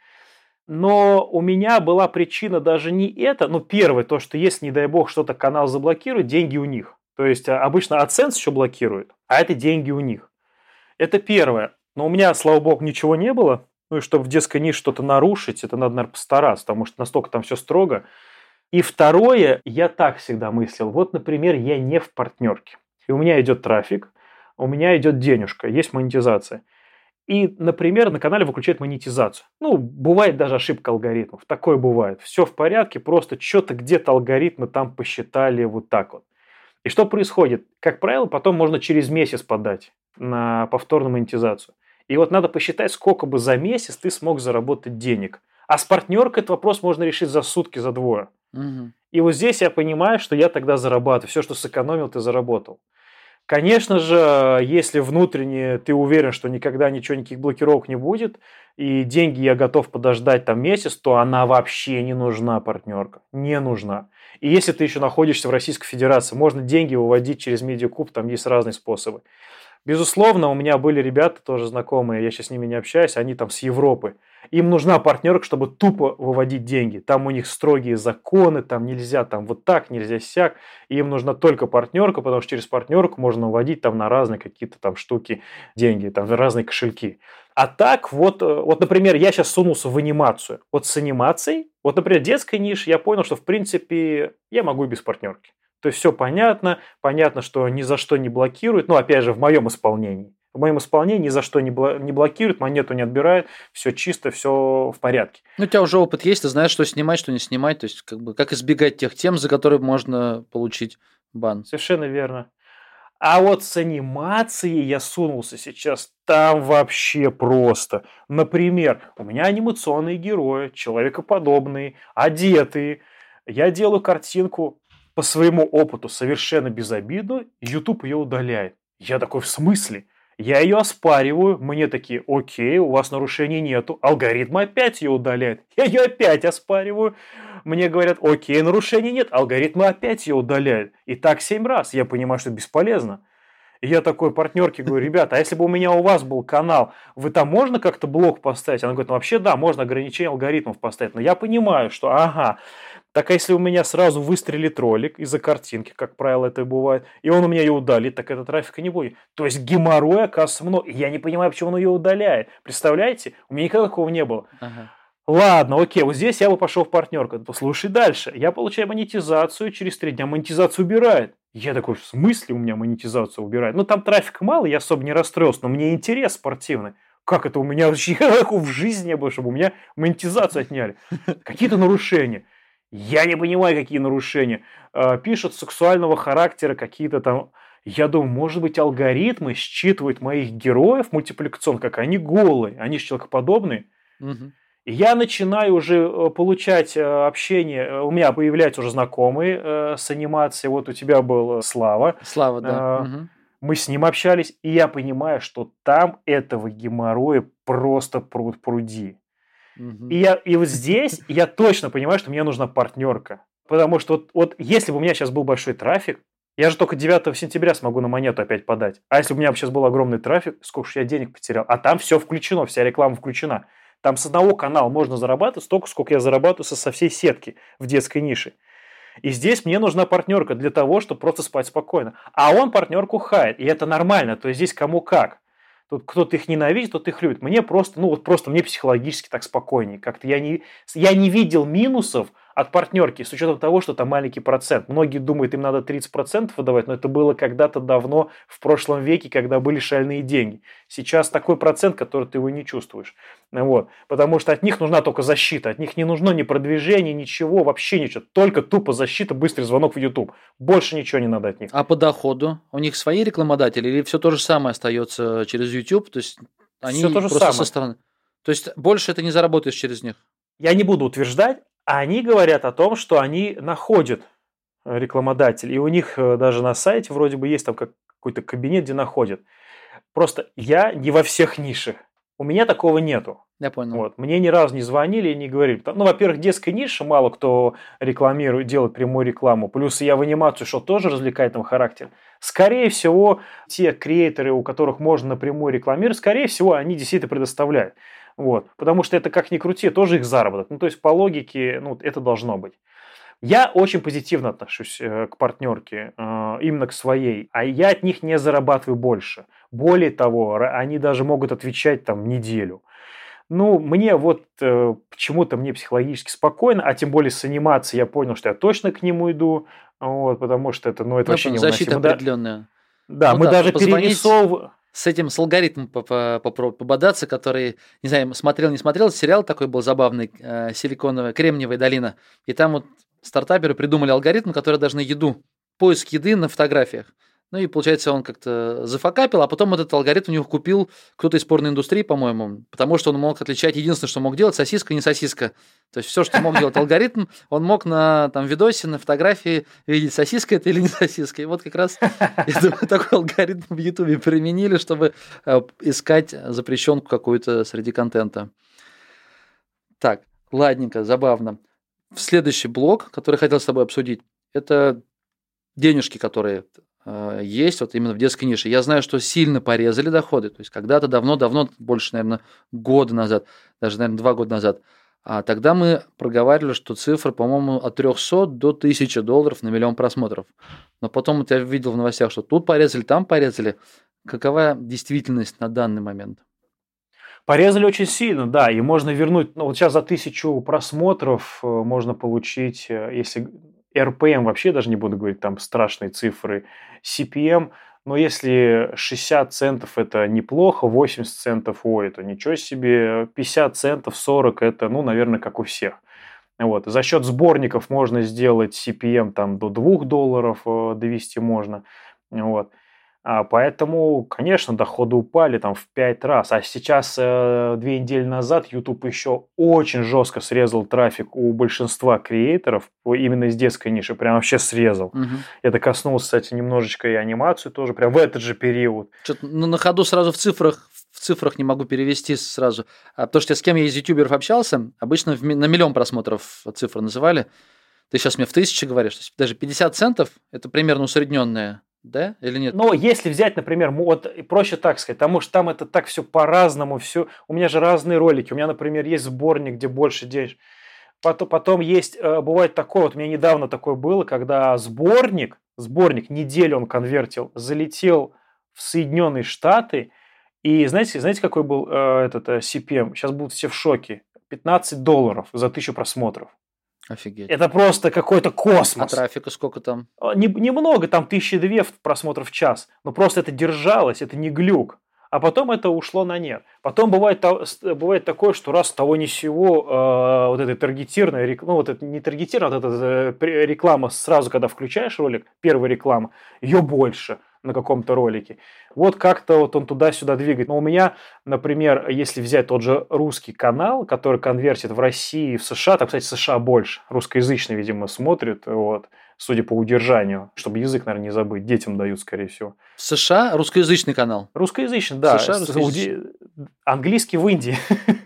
Но у меня была причина даже не это. Ну, первое, то, что если, не дай бог, что-то канал заблокирует, деньги у них. То есть, а, обычно AdSense еще блокирует, а это деньги у них. Это первое. Но у меня, слава богу, ничего не было. Ну и чтобы в детской нише что-то нарушить, это надо, наверное, постараться, потому что настолько там все строго. И второе, я так всегда мыслил. Вот, например, я не в партнерке. И у меня идет трафик, у меня идет денежка, есть монетизация. И, например, на канале выключают монетизацию. Ну, бывает даже ошибка алгоритмов. Такое бывает. Все в порядке, просто что-то где-то алгоритмы там посчитали вот так вот. И что происходит? Как правило, потом можно через месяц подать на повторную монетизацию. И вот надо посчитать, сколько бы за месяц ты смог заработать денег. А с партнеркой этот вопрос можно решить за сутки, за двое. Угу. И вот здесь я понимаю, что я тогда зарабатываю. Все, что сэкономил, ты заработал. Конечно же, если внутренне ты уверен, что никогда ничего, никаких блокировок не будет, и деньги я готов подождать там месяц, то она вообще не нужна, партнерка. Не нужна. И если ты еще находишься в Российской Федерации, можно деньги выводить через Медиакуб, там есть разные способы. Безусловно, у меня были ребята тоже знакомые, я сейчас с ними не общаюсь, они там с Европы. Им нужна партнерка, чтобы тупо выводить деньги. Там у них строгие законы, там нельзя там вот так, нельзя сяк. И им нужна только партнерка, потому что через партнерку можно выводить там на разные какие-то там штуки деньги, там разные кошельки. А так вот, вот, например, я сейчас сунулся в анимацию. Вот с анимацией, вот, например, детская ниша, я понял, что в принципе я могу и без партнерки. То есть все понятно, понятно, что ни за что не блокирует, ну, опять же, в моем исполнении. В моем исполнении ни за что не блокирует, монету не отбирает, все чисто, все в порядке. Ну, у тебя уже опыт есть, ты знаешь, что снимать, что не снимать, то есть как бы как избегать тех тем, за которые можно получить бан. Совершенно верно. А вот с анимацией я сунулся сейчас, там вообще просто. Например, у меня анимационные герои, человекоподобные, одетые. Я делаю картинку по своему опыту совершенно безобидную, и YouTube ее удаляет. Я такой, в смысле? Я ее оспариваю, мне такие, окей, у вас нарушений нету. Алгоритм опять ее удаляет. Я ее опять оспариваю. Мне говорят, окей, нарушений нет. Алгоритмы опять ее удаляют. И так семь раз. Я понимаю, что это бесполезно. И я такой партнерке говорю, ребята, а если бы у меня у вас был канал, вы там можно как-то блок поставить? Она говорит, ну вообще да, можно ограничение алгоритмов поставить. Но я понимаю, что ага, так а если у меня сразу выстрелит ролик из-за картинки, как правило это и бывает, и он у меня ее удалит, так это трафика не будет. То есть геморрой, оказывается, много. И я не понимаю, почему он ее удаляет. Представляете? У меня никогда такого не было. Ага. Ладно, окей, вот здесь я бы пошел в партнерку. Послушай дальше. Я получаю монетизацию, через три дня монетизацию убирает. Я такой, в смысле у меня монетизацию убирает? Ну, там трафика мало, я особо не расстроился, но мне интерес спортивный. Как это у меня вообще в жизни не было, чтобы у меня монетизацию отняли? Какие-то нарушения. Я не понимаю, какие нарушения. Пишут сексуального характера какие-то там... Я думаю, может быть, алгоритмы считывают моих героев мультипликационных, как они голые, они же человекоподобные. Угу. И я начинаю уже получать общение, у меня появляются уже знакомые с анимацией. Вот у тебя был Слава. Слава, да. А, угу. Мы с ним общались, и я понимаю, что там этого геморроя просто пруд пруди. Угу. И, я, и вот здесь я точно понимаю, что мне нужна партнерка. Потому что вот, вот если бы у меня сейчас был большой трафик, я же только девятого сентября смогу на монету опять подать. А если бы у меня сейчас был огромный трафик, сколько же я денег потерял? А там все включено, вся реклама включена. Там с одного канала можно зарабатывать столько, сколько я зарабатываю со, со всей сетки в детской нише. И здесь мне нужна партнерка для того, чтобы просто спать спокойно. А он партнерку хает, и это нормально. То есть здесь кому как. Тут кто-то их ненавидит, кто-то их любит. Мне просто, ну вот просто мне психологически так спокойнее. Как-то я не, я не видел минусов от партнерки, с учетом того, что там маленький процент. Многие думают, им надо тридцать процентов выдавать, но это было когда-то давно, в прошлом веке, когда были шальные деньги. Сейчас такой процент, который ты его не чувствуешь. Вот. Потому что от них нужна только защита. От них не нужно ни продвижение, ничего, вообще ничего. Только тупо защита, быстрый звонок в YouTube. Больше ничего не надо от них. А по доходу? У них свои рекламодатели или все то же самое остается через YouTube? То есть они Все то же просто самое. со стороны. То есть больше ты не заработаешь через них? Я не буду утверждать. Они говорят о том, что они находят рекламодателей. И у них даже на сайте вроде бы есть там какой-то кабинет, где находят. Просто я не во всех нишах. У меня такого нету. Я понял. Вот. Мне ни разу не звонили и не говорили. Ну, во-первых, детская ниша, мало кто рекламирует, делает прямую рекламу. Плюс я в анимацию шел тоже развлекательного характера. Скорее всего, те креаторы, у которых можно напрямую рекламировать, скорее всего, они действительно предоставляют. Вот. Потому что это, как ни крути, тоже их заработок. Ну, то есть, по логике, ну, это должно быть. Я очень позитивно отношусь к партнерке, именно к своей, а я от них не зарабатываю больше. Более того, они даже могут отвечать там неделю. Ну, мне вот э, почему-то мне психологически спокойно, а тем более с анимацией я понял, что я точно к нему иду, вот, потому что это, ну, это Ну, я вообще понял, защита невыносимо. Да, определенная. да, Ну мы да, даже позвонить перерисовываем. с этим, с алгоритмом по- по- попро- пободаться, который, не знаю, смотрел, не смотрел, сериал такой был забавный, э, силиконовая, Кремниевая долина, и там вот стартаперы придумали алгоритм, который даже на еду, поиск еды на фотографиях. Ну и получается, он как-то зафакапил, а потом этот алгоритм у него купил кто-то из порноиндустрии, по-моему, потому что он мог отличать, единственное, что мог делать, сосиска, не сосиска. То есть все, что мог делать алгоритм, он мог на там, видосе, на фотографии видеть, сосиска это или не сосиска. И вот как раз я думаю, такой алгоритм в Ютубе применили, чтобы э, искать запрещенку какую-то среди контента. Так, ладненько, забавно. Следующий блок, который хотел с тобой обсудить, это денежки, которые э, есть вот именно в детской нише. Я знаю, что сильно порезали доходы. То есть когда-то давно-давно, больше, наверное, года назад, даже, наверное, два года назад, а тогда мы проговаривали, что цифра, по-моему, от трехсот до тысячи долларов на миллион просмотров. Но потом вот я видел в новостях, что тут порезали, там порезали. Какова действительность на данный момент? Порезали очень сильно, да, и можно вернуть, ну вот сейчас за тысячу просмотров э, можно получить, э, если эр пи эм вообще даже не буду говорить, там страшные цифры, си пи эм, но если шестьдесят центов это неплохо, восемьдесят центов, ой, это ничего себе, пятьдесят центов, сорок это, ну, наверное, как у всех. Вот. За счет сборников можно сделать си пи эм там до двух долларов э, довести можно, вот. А, поэтому, конечно, доходы упали там в пять раз. А сейчас, э, две недели назад, YouTube еще очень жестко срезал трафик у большинства креаторов, именно из детской ниши, прям вообще срезал. Угу. Это коснулось, кстати, немножечко и анимацию тоже, прям в этот же период. Что-то ну, на ходу сразу в цифрах, в цифрах не могу перевести сразу. А потому что я с кем я из ютуберов общался, обычно в, ми- на миллион просмотров цифры называли. Ты сейчас мне в тысячи говоришь. То есть даже пятьдесят центов это примерно усредненное. Да или нет? Но если взять, например, вот проще так сказать, потому что там это так все по-разному, все. У меня же разные ролики. У меня, например, есть сборник, где больше денег. Потом, потом есть, бывает такое, вот у меня недавно такое было, когда сборник, сборник, неделю он конвертил, залетел в Соединенные Штаты, и знаете, знаете, какой был э, этот э, си пи эм? Сейчас будут все в шоке. пятнадцать долларов за тысячу просмотров. Офигеть. Это просто какой-то космос. А трафика сколько там? Не, немного, там тысячи две просмотров в час. Но просто это держалось, это не глюк. А потом это ушло на нет. Потом бывает, бывает такое, что раз того ни сего, э, вот эта таргетированная реклама, ну вот это не таргетированная, вот эта э, реклама сразу, когда включаешь ролик, первая реклама, ее больше на каком-то ролике. Вот как-то вот он туда-сюда двигает. Но у меня, например, если взять тот же русский канал, который конвертит в России и в США, там, кстати, США больше, русскоязычный, видимо, смотрит, вот, судя по удержанию, чтобы язык, наверное, не забыть, детям дают, скорее всего. В США русскоязычный канал? Русскоязычный, да. США русскоязычный. Английский в Индии.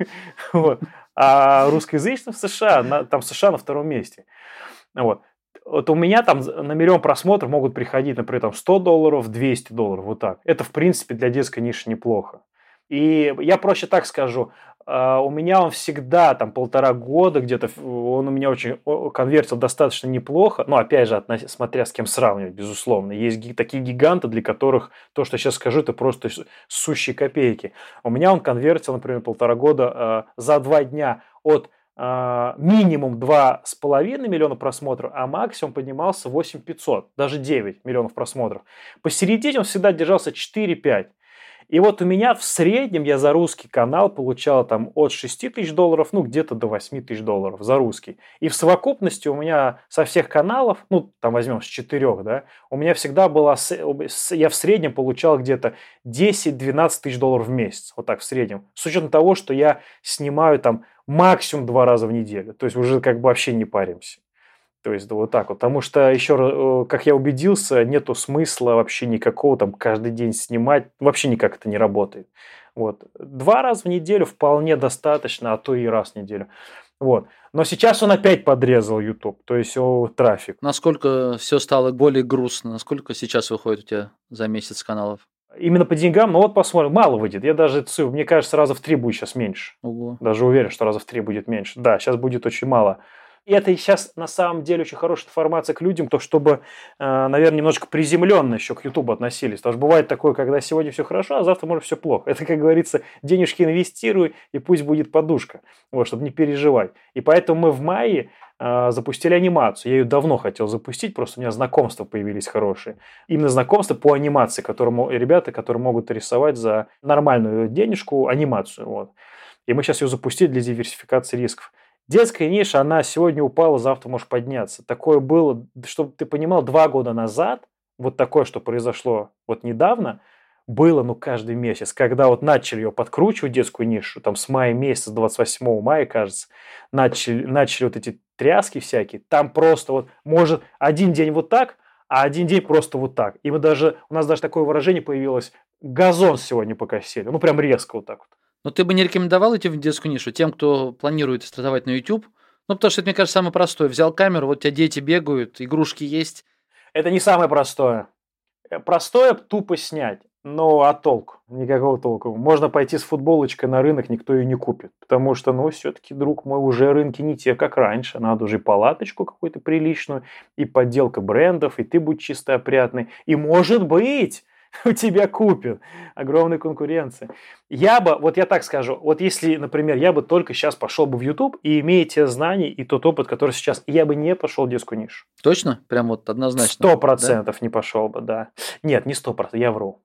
А русскоязычный в США, там США на втором месте. Вот. Вот у меня там на миллион просмотров могут приходить, например, там сто долларов, двести долларов, вот так. Это, в принципе, для детской ниши неплохо. И я проще так скажу, у меня он всегда там полтора года где-то, он у меня очень конвертил достаточно неплохо, но опять же, смотря с кем сравнивать, безусловно. Есть такие гиганты, для которых то, что я сейчас скажу, это просто сущие копейки. У меня он конвертил, например, полтора года за два дня от минимум два с половиной миллиона просмотров, а максимум поднимался восемь тысяч пятьсот, даже девять миллионов просмотров. Посередине он всегда держался четыре-пять. И вот у меня в среднем я за русский канал получал там от шести тысяч долларов, ну где-то до восьми тысяч долларов за русский. И в совокупности у меня со всех каналов, ну там возьмем с четырех, да, у меня всегда была, я в среднем получал где-то десять-двенадцать тысяч долларов в месяц, вот так в среднем. С учетом того, что я снимаю там максимум два раза в неделю, то есть уже как бы вообще не паримся. То есть да, вот так вот. Потому что еще, как я убедился, нету смысла вообще никакого там каждый день снимать. Вообще никак это не работает. Вот. Два раза в неделю вполне достаточно, а то и раз в неделю. Вот. Но сейчас он опять подрезал YouTube, то есть о, трафик. Насколько все стало более грустно? Насколько сейчас выходит у тебя за месяц каналов? Именно по деньгам, ну вот посмотрим, мало выйдет. Я даже, цифру, мне кажется, раза в три будет сейчас меньше. Ого. Даже уверен, что раза в три будет меньше. Да, сейчас будет очень мало. И это сейчас на самом деле очень хорошая информация к людям, то чтобы, наверное, немножко приземленно еще к Ютубу относились. Потому что бывает такое, когда сегодня все хорошо, а завтра может все плохо. Это, как говорится, денежки инвестируй, и пусть будет подушка, вот, чтобы не переживать. И поэтому мы в мае запустили анимацию. Я ее давно хотел запустить, просто у меня знакомства появились хорошие. Именно знакомства по анимации, которые, ребята, которые могут рисовать за нормальную денежку анимацию. Вот. И мы сейчас ее запустили для диверсификации рисков. Детская ниша, она сегодня упала, завтра может подняться. Такое было, чтобы ты понимал, два года назад, вот такое, что произошло вот недавно, было, ну, каждый месяц, когда вот начали ее подкручивать, детскую нишу, там с мая месяца, двадцать восьмого мая, кажется, начали, начали вот эти тряски всякие, там просто вот, может, один день вот так, а один день просто вот так. И мы даже, у нас даже такое выражение появилось, газон сегодня покосили, ну, прям резко вот так вот. Но ты бы не рекомендовал идти в детскую нишу тем, кто планирует стартовать на YouTube? Ну, потому что это, мне кажется, самое простое. Взял камеру, вот у тебя дети бегают, игрушки есть. Это не самое простое. Простое тупо снять. Ну, а толку? Никакого толку. Можно пойти с футболочкой на рынок, никто ее не купит. Потому что, ну, все-таки, друг мой, уже рынки не те, как раньше. Надо уже и палаточку какую-то приличную, и подделка брендов, и ты будь чисто опрятный. И, может быть, у тебя купят. Огромная конкуренция. Я бы, вот я так скажу, вот если, например, я бы только сейчас пошел бы в YouTube и имея те знания и тот опыт, который сейчас, я бы не пошел в детскую нишу. Точно? Прям вот однозначно? Сто процентов не пошел бы, да. Нет, не сто процентов, я вру.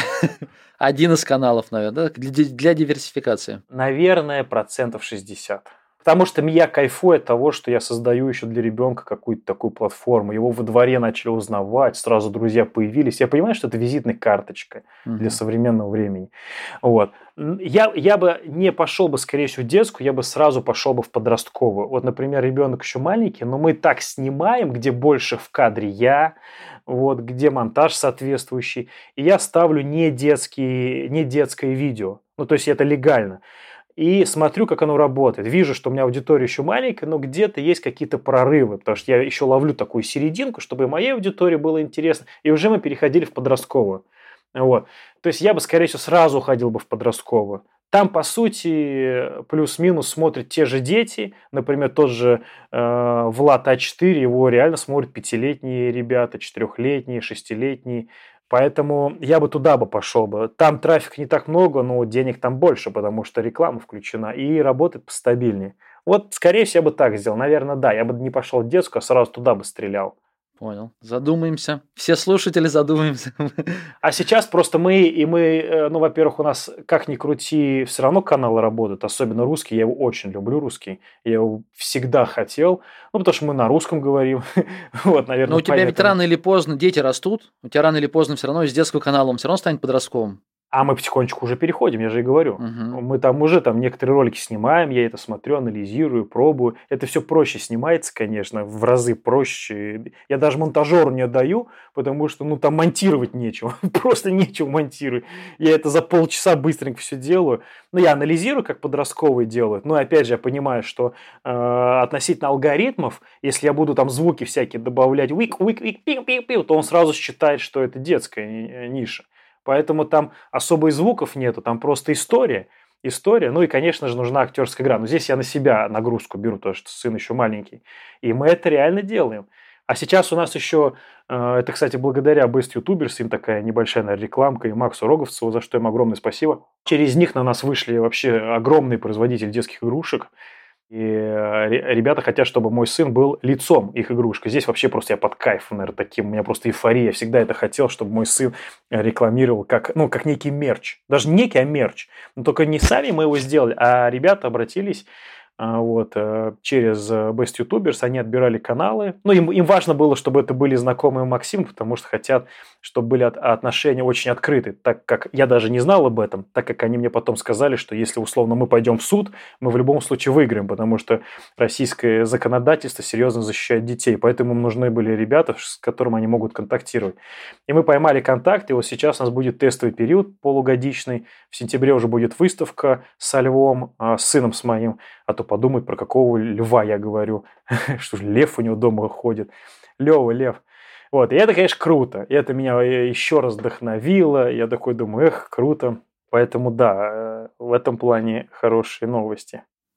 Один из каналов, наверное, да? Для, для диверсификации. Наверное, процентов шестьдесят. Потому что я кайфую от того, что я создаю еще для ребенка какую-то такую платформу. Его во дворе начали узнавать, сразу друзья появились. Я понимаю, что это визитная карточка uh-huh. для современного времени. Вот. Я, я бы не пошел бы, скорее всего, в детскую, я бы сразу пошел бы в подростковую. Вот, например, ребенок еще маленький, но мы так снимаем, где больше в кадре я, вот, где монтаж соответствующий. И я ставлю не, детские, не детское видео. Ну, то есть это легально. И смотрю, как оно работает. Вижу, что у меня аудитория еще маленькая, но где-то есть какие-то прорывы, потому что я еще ловлю такую серединку, чтобы и моей аудитории было интересно. И уже мы переходили в подростковую. Вот. То есть я бы, скорее всего, сразу уходил бы в подростковую. Там, по сути, плюс-минус смотрят те же дети. Например, тот же э, Влад А четыре, его реально смотрят пятилетние ребята, четырехлетние, шестилетние. Поэтому я бы туда бы пошел бы. Там трафик не так много, но денег там больше, потому что реклама включена и работает постабильнее. Вот, скорее всего, я бы так сделал. Наверное, да. Я бы не пошел в детскую, а сразу туда бы стрелял. Понял. Задумаемся. Все слушатели задумаемся. А сейчас просто мы, и мы, ну, во-первых, у нас, как ни крути, все равно каналы работают, особенно русский. Я его очень люблю, русский. Я его всегда хотел, ну, потому что мы на русском говорим. Вот, наверное, но у тебя поэтому... ведь рано или поздно дети растут, у тебя рано или поздно все равно из детского канала он все равно станет подростковым. А мы потихонечку уже переходим, я же и говорю. Угу. Мы там уже там некоторые ролики снимаем, я это смотрю, анализирую, пробую. Это все проще снимается, конечно, в разы проще. Я даже монтажеру не отдаю, потому что ну там монтировать нечего. Просто нечего монтировать. Я это за полчаса быстренько все делаю. Ну, я анализирую, как подростковые делают. Но опять же, я понимаю, что э, относительно алгоритмов, если я буду там звуки всякие добавлять, уик, уик, уик, пиу, пиу, пиу, то он сразу считает, что это детская ниша. Поэтому там особо и звуков нету, там просто история, история. Ну и, конечно же, нужна актерская игра. Но здесь я на себя нагрузку беру, потому что сын еще маленький. И мы это реально делаем. А сейчас у нас еще, это, кстати, благодаря Best YouTubers, им такая небольшая, наверное, рекламка, и Максу Роговцеву, за что им огромное спасибо. Через них на нас вышли вообще огромные производители детских игрушек. И ребята хотят, чтобы мой сын был лицом их игрушки. Здесь вообще просто я под кайфом, наверное, таким. У меня просто эйфория. Я всегда это хотел, чтобы мой сын рекламировал как, ну, как некий мерч. Даже не некий, а мерч. Но только не сами мы его сделали, а ребята обратились вот, через Best YouTubers. Они отбирали каналы. Ну, им, им важно было, чтобы это были знакомые Максиму, потому что хотят, чтобы были от, отношения очень открыты. Так как я даже не знал об этом, так как они мне потом сказали, что если условно мы пойдем в суд, мы в любом случае выиграем, потому что российское законодательство серьезно защищает детей. Поэтому им нужны были ребята, с которыми они могут контактировать. И мы поймали контакт, и вот сейчас у нас будет тестовый период полугодичный. В сентябре уже будет выставка со Львом, с сыном с моим. А то подумают, про какого льва я говорю. Что же лев у него дома ходит. Лёва, лев. Вот, и это, конечно, круто. И это меня еще раз вдохновило. Я такой думаю, эх, круто. Поэтому, да, в этом плане хорошие новости.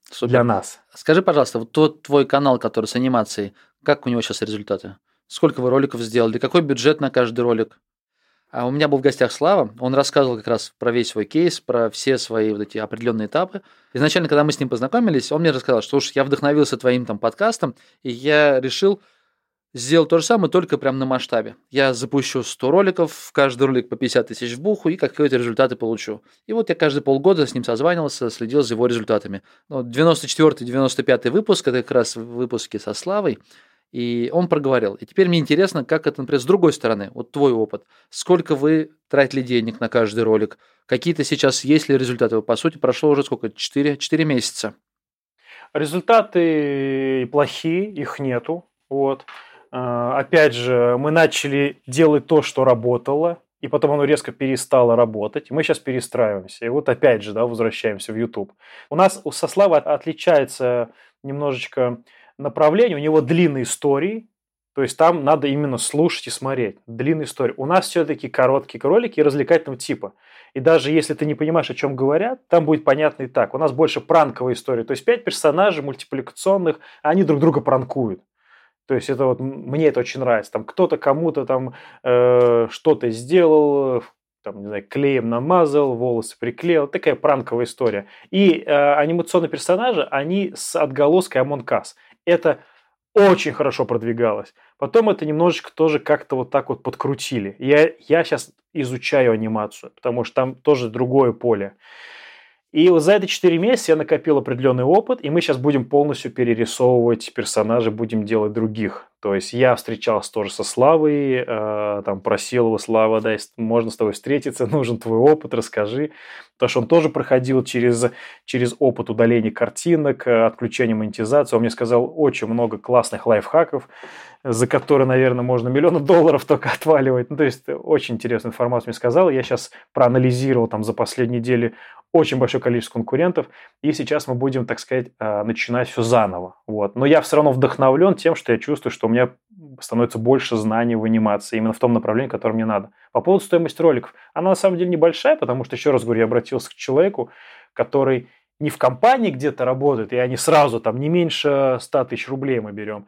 Супер. Для нас. Скажи, пожалуйста, вот тот твой канал, который с анимацией, как у него сейчас результаты? Сколько вы роликов сделали? Какой бюджет на каждый ролик? А у меня был в гостях Слава, он рассказывал как раз про весь свой кейс, про все свои вот эти определенные этапы. Изначально, когда мы с ним познакомились, он мне рассказал, что уж я вдохновился твоим там подкастом, и я решил сделать то же самое, только прям на масштабе. Я запущу сто роликов, в каждый ролик по пятьдесят тысяч в буху, и какие-то результаты получу. И вот я каждые полгода с ним созванивался, следил за его результатами. девяносто четвёртый девяносто пятый выпуск, это как раз выпуски со Славой, и он проговорил. И теперь мне интересно, как это, например, с другой стороны, вот твой опыт. Сколько вы тратили денег на каждый ролик? Какие-то сейчас есть ли результаты? По сути, прошло уже сколько? четыре месяца. Результаты плохие, их нету. Вот. Опять же, мы начали делать то, что работало, и потом оно резко перестало работать. Мы сейчас перестраиваемся. И вот опять же, да, возвращаемся в YouTube. У нас со Славой отличается немножечко направление, у него длинные истории, то есть там надо именно слушать и смотреть. Длинные истории. У нас все-таки короткие ролики развлекательного типа. И даже если ты не понимаешь, о чем говорят, там будет понятно и так. У нас больше пранковая история. То есть пять персонажей мультипликационных, они друг друга пранкуют. То есть это вот мне это очень нравится. Там кто-то кому-то там э, что-то сделал, там, не знаю, клеем намазал, волосы приклеил. Такая пранковая история. И э, анимационные персонажи, они с отголоской Among Us. Это очень хорошо продвигалось. Потом это немножечко тоже как-то вот так вот подкрутили. Я, я сейчас изучаю анимацию, потому что там тоже другое поле. И вот за эти четыре месяца я накопил определенный опыт, и мы сейчас будем полностью перерисовывать персонажей, будем делать других. То есть я встречался тоже со Славой, э, там просил его: Слава, да, можно с тобой встретиться, нужен твой опыт, расскажи. Потому что он тоже проходил через, через опыт удаления картинок, отключения монетизации. Он мне сказал очень много классных лайфхаков, за которые, наверное, можно миллионы долларов только отваливать. Ну, то есть очень интересную информацию мне сказал. Я сейчас проанализировал там за последние недели очень большое количество конкурентов, и сейчас мы будем, так сказать, начинать все заново. Вот. Но я все равно вдохновлен тем, что я чувствую, что у меня становится больше знаний в анимации, именно в том направлении, которое мне надо. По поводу стоимости роликов, она на самом деле небольшая, потому что, еще раз говорю, я обратился к человеку, который не в компании где-то работает, и они сразу там не меньше ста тысяч рублей мы берем.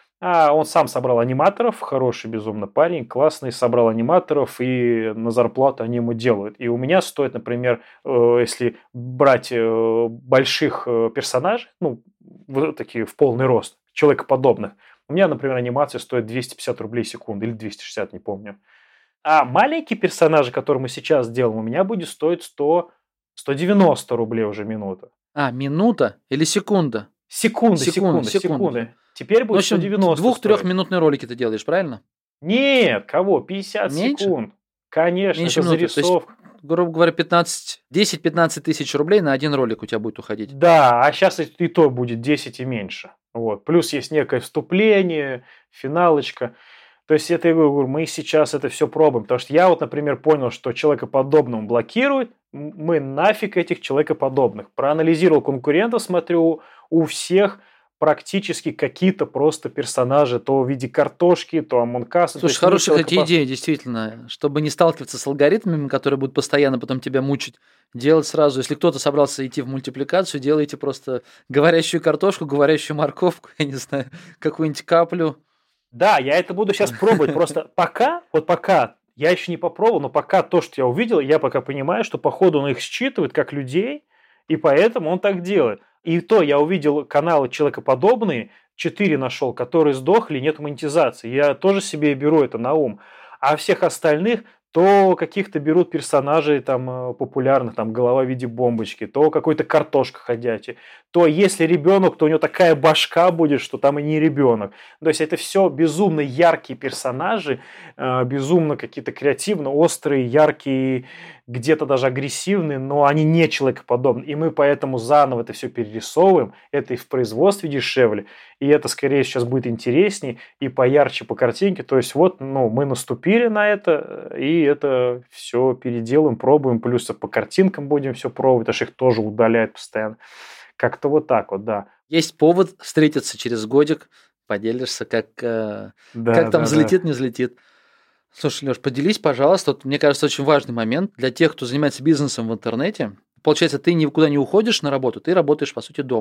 А он сам собрал аниматоров, хороший безумно парень, классный, собрал аниматоров, и на зарплату они ему делают. И у меня стоит, например, если брать больших персонажей, ну, вот такие в полный рост, человекоподобных, у меня, например, анимация стоит двести пятьдесят рублей в секунду или двести шестьдесят, не помню. А маленькие персонажи, которые мы сейчас делаем, у меня будет стоить сто, сто девяносто рублей уже минута. А, минута или секунда? Секунды, секунды, секунды. секунды. Теперь будет сто девяносто. Двух-трехминутные ролики ты делаешь, правильно? Нет, кого? пятьдесят Меньше? Секунд. Конечно, Меньше это зарисовка. Есть, грубо говоря, пятнадцать, десять-пятнадцать тысяч рублей на один ролик у тебя будет уходить. Да, а сейчас и то будет десять и меньше. Вот. Плюс есть некое вступление, финалочка. То есть это, я говорю, мы сейчас это все пробуем. Потому что я вот, например, понял, что человекоподобным блокирует. Мы нафиг этих человекоподобных. Проанализировал конкурентов, смотрю, у всех практически какие-то просто персонажи, то в виде картошки, то Among Us. Слушай, хорошие эти идеи, действительно, чтобы не сталкиваться с алгоритмами, которые будут постоянно потом тебя мучить, делать сразу. Если кто-то собрался идти в мультипликацию, делайте просто говорящую картошку, говорящую морковку, я не знаю, какую-нибудь каплю. Да, я это буду сейчас пробовать, просто пока, вот пока, я еще не попробовал, но пока то, что я увидел, я пока понимаю, что походу он их считывает как людей, и поэтому он так делает. И то я увидел каналы человекоподобные, четыре нашел, которые сдохли, нет монетизации. Я тоже себе беру это на ум. А всех остальных то каких-то берут персонажей там популярных, там голова в виде бомбочки, то какой-то картошка ходячий, то если ребенок, то у него такая башка будет, что там и не ребенок. То есть это все безумно яркие персонажи, безумно какие-то креативно острые, яркие, где-то даже агрессивные, но они не человекоподобны. И мы поэтому заново это все перерисовываем, это и в производстве дешевле, и это скорее сейчас будет интереснее и поярче по картинке. То есть вот, ну, мы наступили на это, и это все переделаем, пробуем, плюс по картинкам будем все пробовать, аж их тоже удаляют постоянно. Как-то вот так вот, да. Есть повод встретиться через годик, поделишься, как, э, да, как там да, взлетит, да. не взлетит. Слушай, Леш, поделись, пожалуйста. Вот, мне кажется, очень важный момент для тех, кто занимается бизнесом в интернете. Получается, ты никуда не уходишь на работу, ты работаешь, по сути, дома.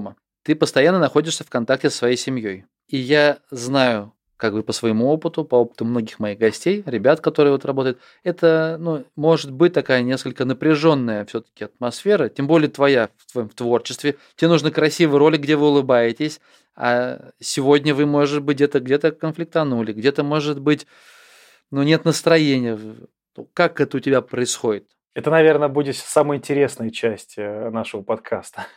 ты постоянно находишься в контакте со своей семьей. И я знаю, как бы по своему опыту, по опыту многих моих гостей, ребят, которые вот работают, это, ну, может быть такая несколько напряженная все-таки атмосфера, тем более твоя в твоем в творчестве. Тебе нужно красивый ролик, где вы улыбаетесь, а сегодня вы, может быть, где-то где-то конфликтанули, где-то, может быть, ну, нет настроения. Как это у тебя происходит? Это, наверное, будет самая интересная часть нашего подкаста.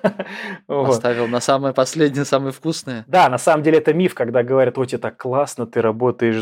Оставил на самое последнее, самое вкусное. Да, на самом деле это миф, когда говорят, ой, тебе так классно, ты работаешь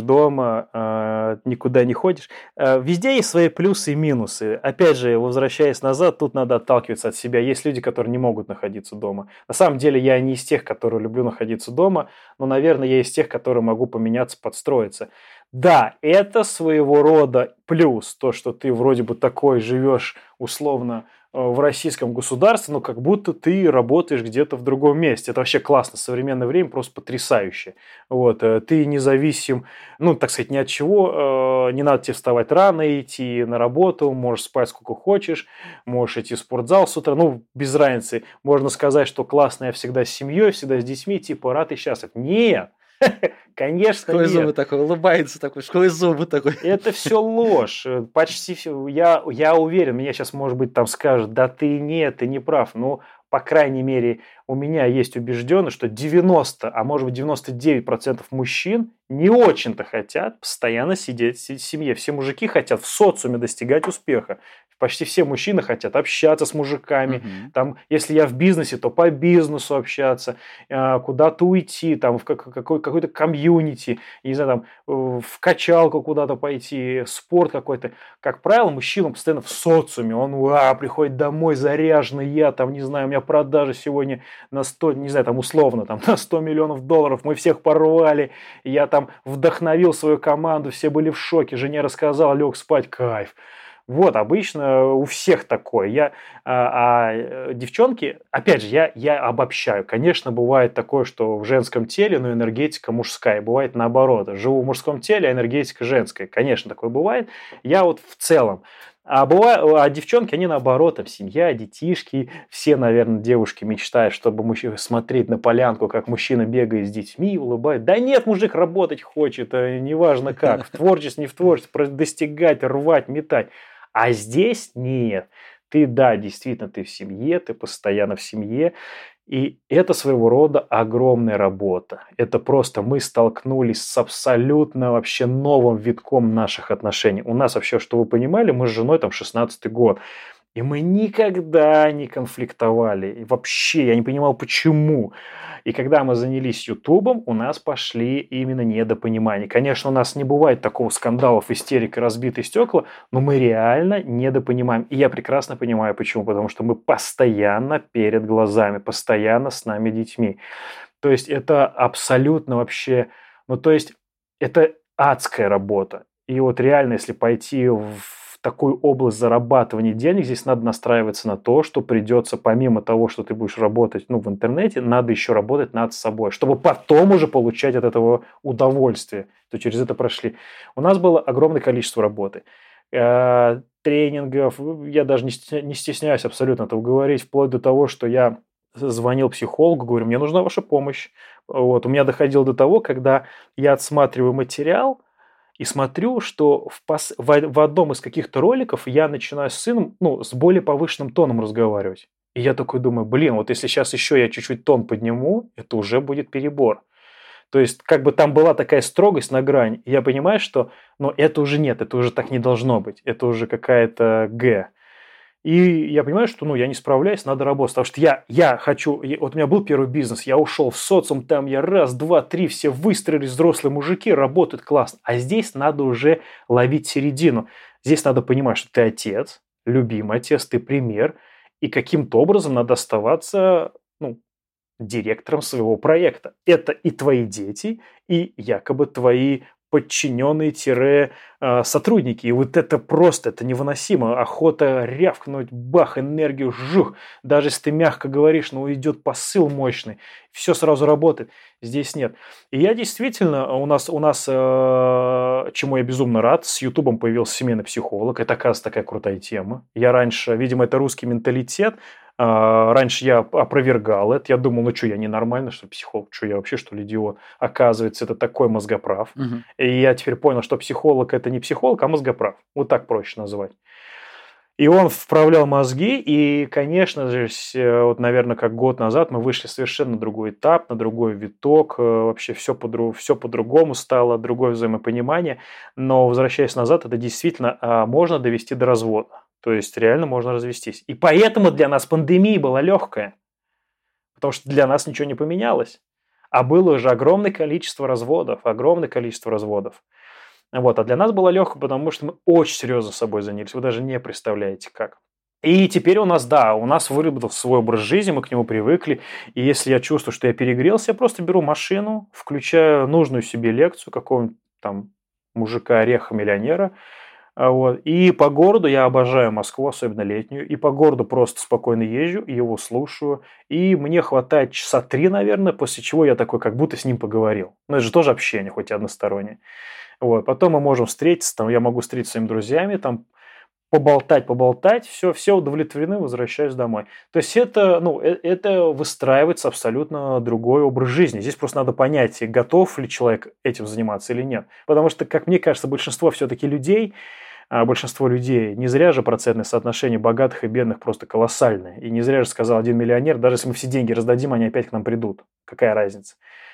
дома, никуда не ходишь. Везде есть свои плюсы и минусы. Опять же, возвращаясь назад, тут надо отталкиваться от себя. Есть люди, которые не могут находиться дома. На самом деле я не из тех, которые люблю находиться дома, но, наверное, я из тех, которые могу поменяться, подстроиться. Да, это своего рода плюс, то, что ты вроде бы такой живешь условно в российском государстве, но как будто ты работаешь где-то в другом месте. Это вообще классно, в современное время просто потрясающе. Вот, ты независим, ну, так сказать, ни от чего, не надо тебе вставать рано, идти на работу, можешь спать сколько хочешь, можешь идти в спортзал с утра, ну, без разницы. Можно сказать, что классно, я всегда с семьей, всегда с детьми, типа рад и счастлив. Нет! Конечно, школы нет. зубы такой, улыбается такой, школы зубы такой. Это все ложь. Почти все. Я, я уверен, меня сейчас, может быть, там скажут, да ты нет, ты не прав. Ну, по крайней мере, у меня есть убежденность, что девяносто, а может быть девяносто девять процентов мужчин не очень-то хотят постоянно сидеть в семье. Все мужики хотят в социуме достигать успеха. Почти все мужчины хотят общаться с мужиками. Uh-huh. Там, если я в бизнесе, то по бизнесу общаться, куда-то уйти, там, в какой- какой-то комьюнити, не знаю, там, в качалку куда-то пойти, спорт какой-то. Как правило, мужчина постоянно в социуме. Он уа, приходит домой заряженный, я там, не знаю, у меня продажи сегодня на сто, не знаю, там условно, там, на сто миллионов долларов, мы всех порвали, я там вдохновил свою команду, все были в шоке, жене рассказал, лег спать, кайф. Вот, обычно у всех такое. Я, а, а девчонки, опять же, я, я обобщаю. Конечно, бывает такое, что в женском теле, но энергетика мужская. Бывает наоборот. Живу в мужском теле, а энергетика женская. Конечно, такое бывает. Я вот в целом. А, бывает, а девчонки, они наоборот, там семья, детишки. Все, наверное, девушки мечтают, чтобы мужчина смотреть на полянку, как мужчина бегает с детьми, улыбает. Да нет, мужик работать хочет, неважно как. В творчестве, не в творчестве, достигать, рвать, метать. А здесь нет. Ты, да, действительно, ты в семье, ты постоянно в семье. И это своего рода огромная работа. Это просто мы столкнулись с абсолютно вообще новым витком наших отношений. У нас вообще, что вы понимали, мы с женой там шестнадцатый год. И мы никогда не конфликтовали. И вообще, я не понимал, почему. И когда мы занялись Ютубом, у нас пошли именно недопонимания. Конечно, у нас не бывает такого скандалов, истерик и разбитые стекла, но мы реально недопонимаем. И я прекрасно понимаю, почему. Потому что мы постоянно перед глазами, постоянно с нами детьми. То есть, это абсолютно вообще... Ну, то есть, это адская работа. И вот реально, если пойти в такую область зарабатывания денег, здесь надо настраиваться на то, что придется, помимо того, что ты будешь работать, ну, в интернете, надо еще работать над собой, чтобы потом уже получать от этого удовольствие, то через это прошли. У нас было огромное количество работы, э, тренингов, я даже не стесняюсь абсолютно этого говорить, вплоть до того, что я звонил психологу, говорю, мне нужна ваша помощь. Вот, у меня доходило до того, когда я отсматриваю материал, и смотрю, что в, пос... в одном из каких-то роликов я начинаю с сыном, ну, с более повышенным тоном разговаривать. И я такой думаю, блин, вот если сейчас еще я чуть-чуть тон подниму, это уже будет перебор. То есть, как бы там была такая строгость на грани. И я понимаю, что, ну, это уже нет, это уже так не должно быть. Это уже какая-то Г. И я понимаю, что, ну, я не справляюсь, надо работать. Потому что я, я хочу... Вот у меня был первый бизнес, я ушел в социум, там я раз, два, три, все выстроились, взрослые мужики, работают классно. А здесь надо уже ловить середину. Здесь надо понимать, что ты отец, любимый отец, ты пример. И каким-то образом надо оставаться, ну, директором своего проекта. Это и твои дети, и якобы твои подчиненные-сотрудники. И вот это просто, это невыносимо. Охота рявкнуть, бах, энергию, жух. Даже если ты мягко говоришь, но идет посыл мощный. Все сразу работает. Здесь нет. И я действительно, у нас, у нас э, чему я безумно рад, с Ютубом появился семейный психолог. Это, оказывается, такая крутая тема. Я раньше, видимо, это русский менталитет. Раньше я опровергал это, я думал, ну что, я ненормальный, что психолог, что я вообще, что ли, идиот. Оказывается, это такой мозгоправ. Мгм. И я теперь понял, что психолог – это не психолог, а мозгоправ. Вот так проще назвать. И он вправлял мозги, и, конечно же, с- э, вот, наверное, как год назад мы вышли совершенно на другой этап, на другой виток, э, вообще все, по все по-другому стало, другое взаимопонимание. Но, возвращаясь назад, это действительно а, можно довести до развода. То есть реально можно развестись. И поэтому для нас пандемия была легкая, потому что для нас ничего не поменялось. А было уже огромное количество разводов, огромное количество разводов. Вот, а для нас было легко, потому что мы очень серьезно собой занялись. Вы даже не представляете, как. И теперь у нас, да, у нас выработался свой образ жизни, мы к нему привыкли. И если я чувствую, что я перегрелся, я просто беру машину, включаю нужную себе лекцию какого-нибудь там мужика-ореха-миллионера. А Вот. И по городу, я обожаю Москву, особенно летнюю, и по городу просто спокойно езжу, его слушаю, и мне хватает часа три, наверное, после чего я такой, как будто с ним поговорил. Но это же тоже общение, хоть и одностороннее. Вот. Потом мы можем встретиться, там, я могу встретиться с своими друзьями, там, поболтать, поболтать, все, все удовлетворены, возвращаюсь домой. То есть это, ну, э- это выстраивается абсолютно другой образ жизни. Здесь просто надо понять, готов ли человек этим заниматься или нет. Потому что, как мне кажется, большинство все-таки людей, а большинство людей, не зря же процентное соотношение богатых и бедных просто колоссальное. И не зря же сказал один миллионер, даже если мы все деньги раздадим, они опять к нам придут. Какая разница?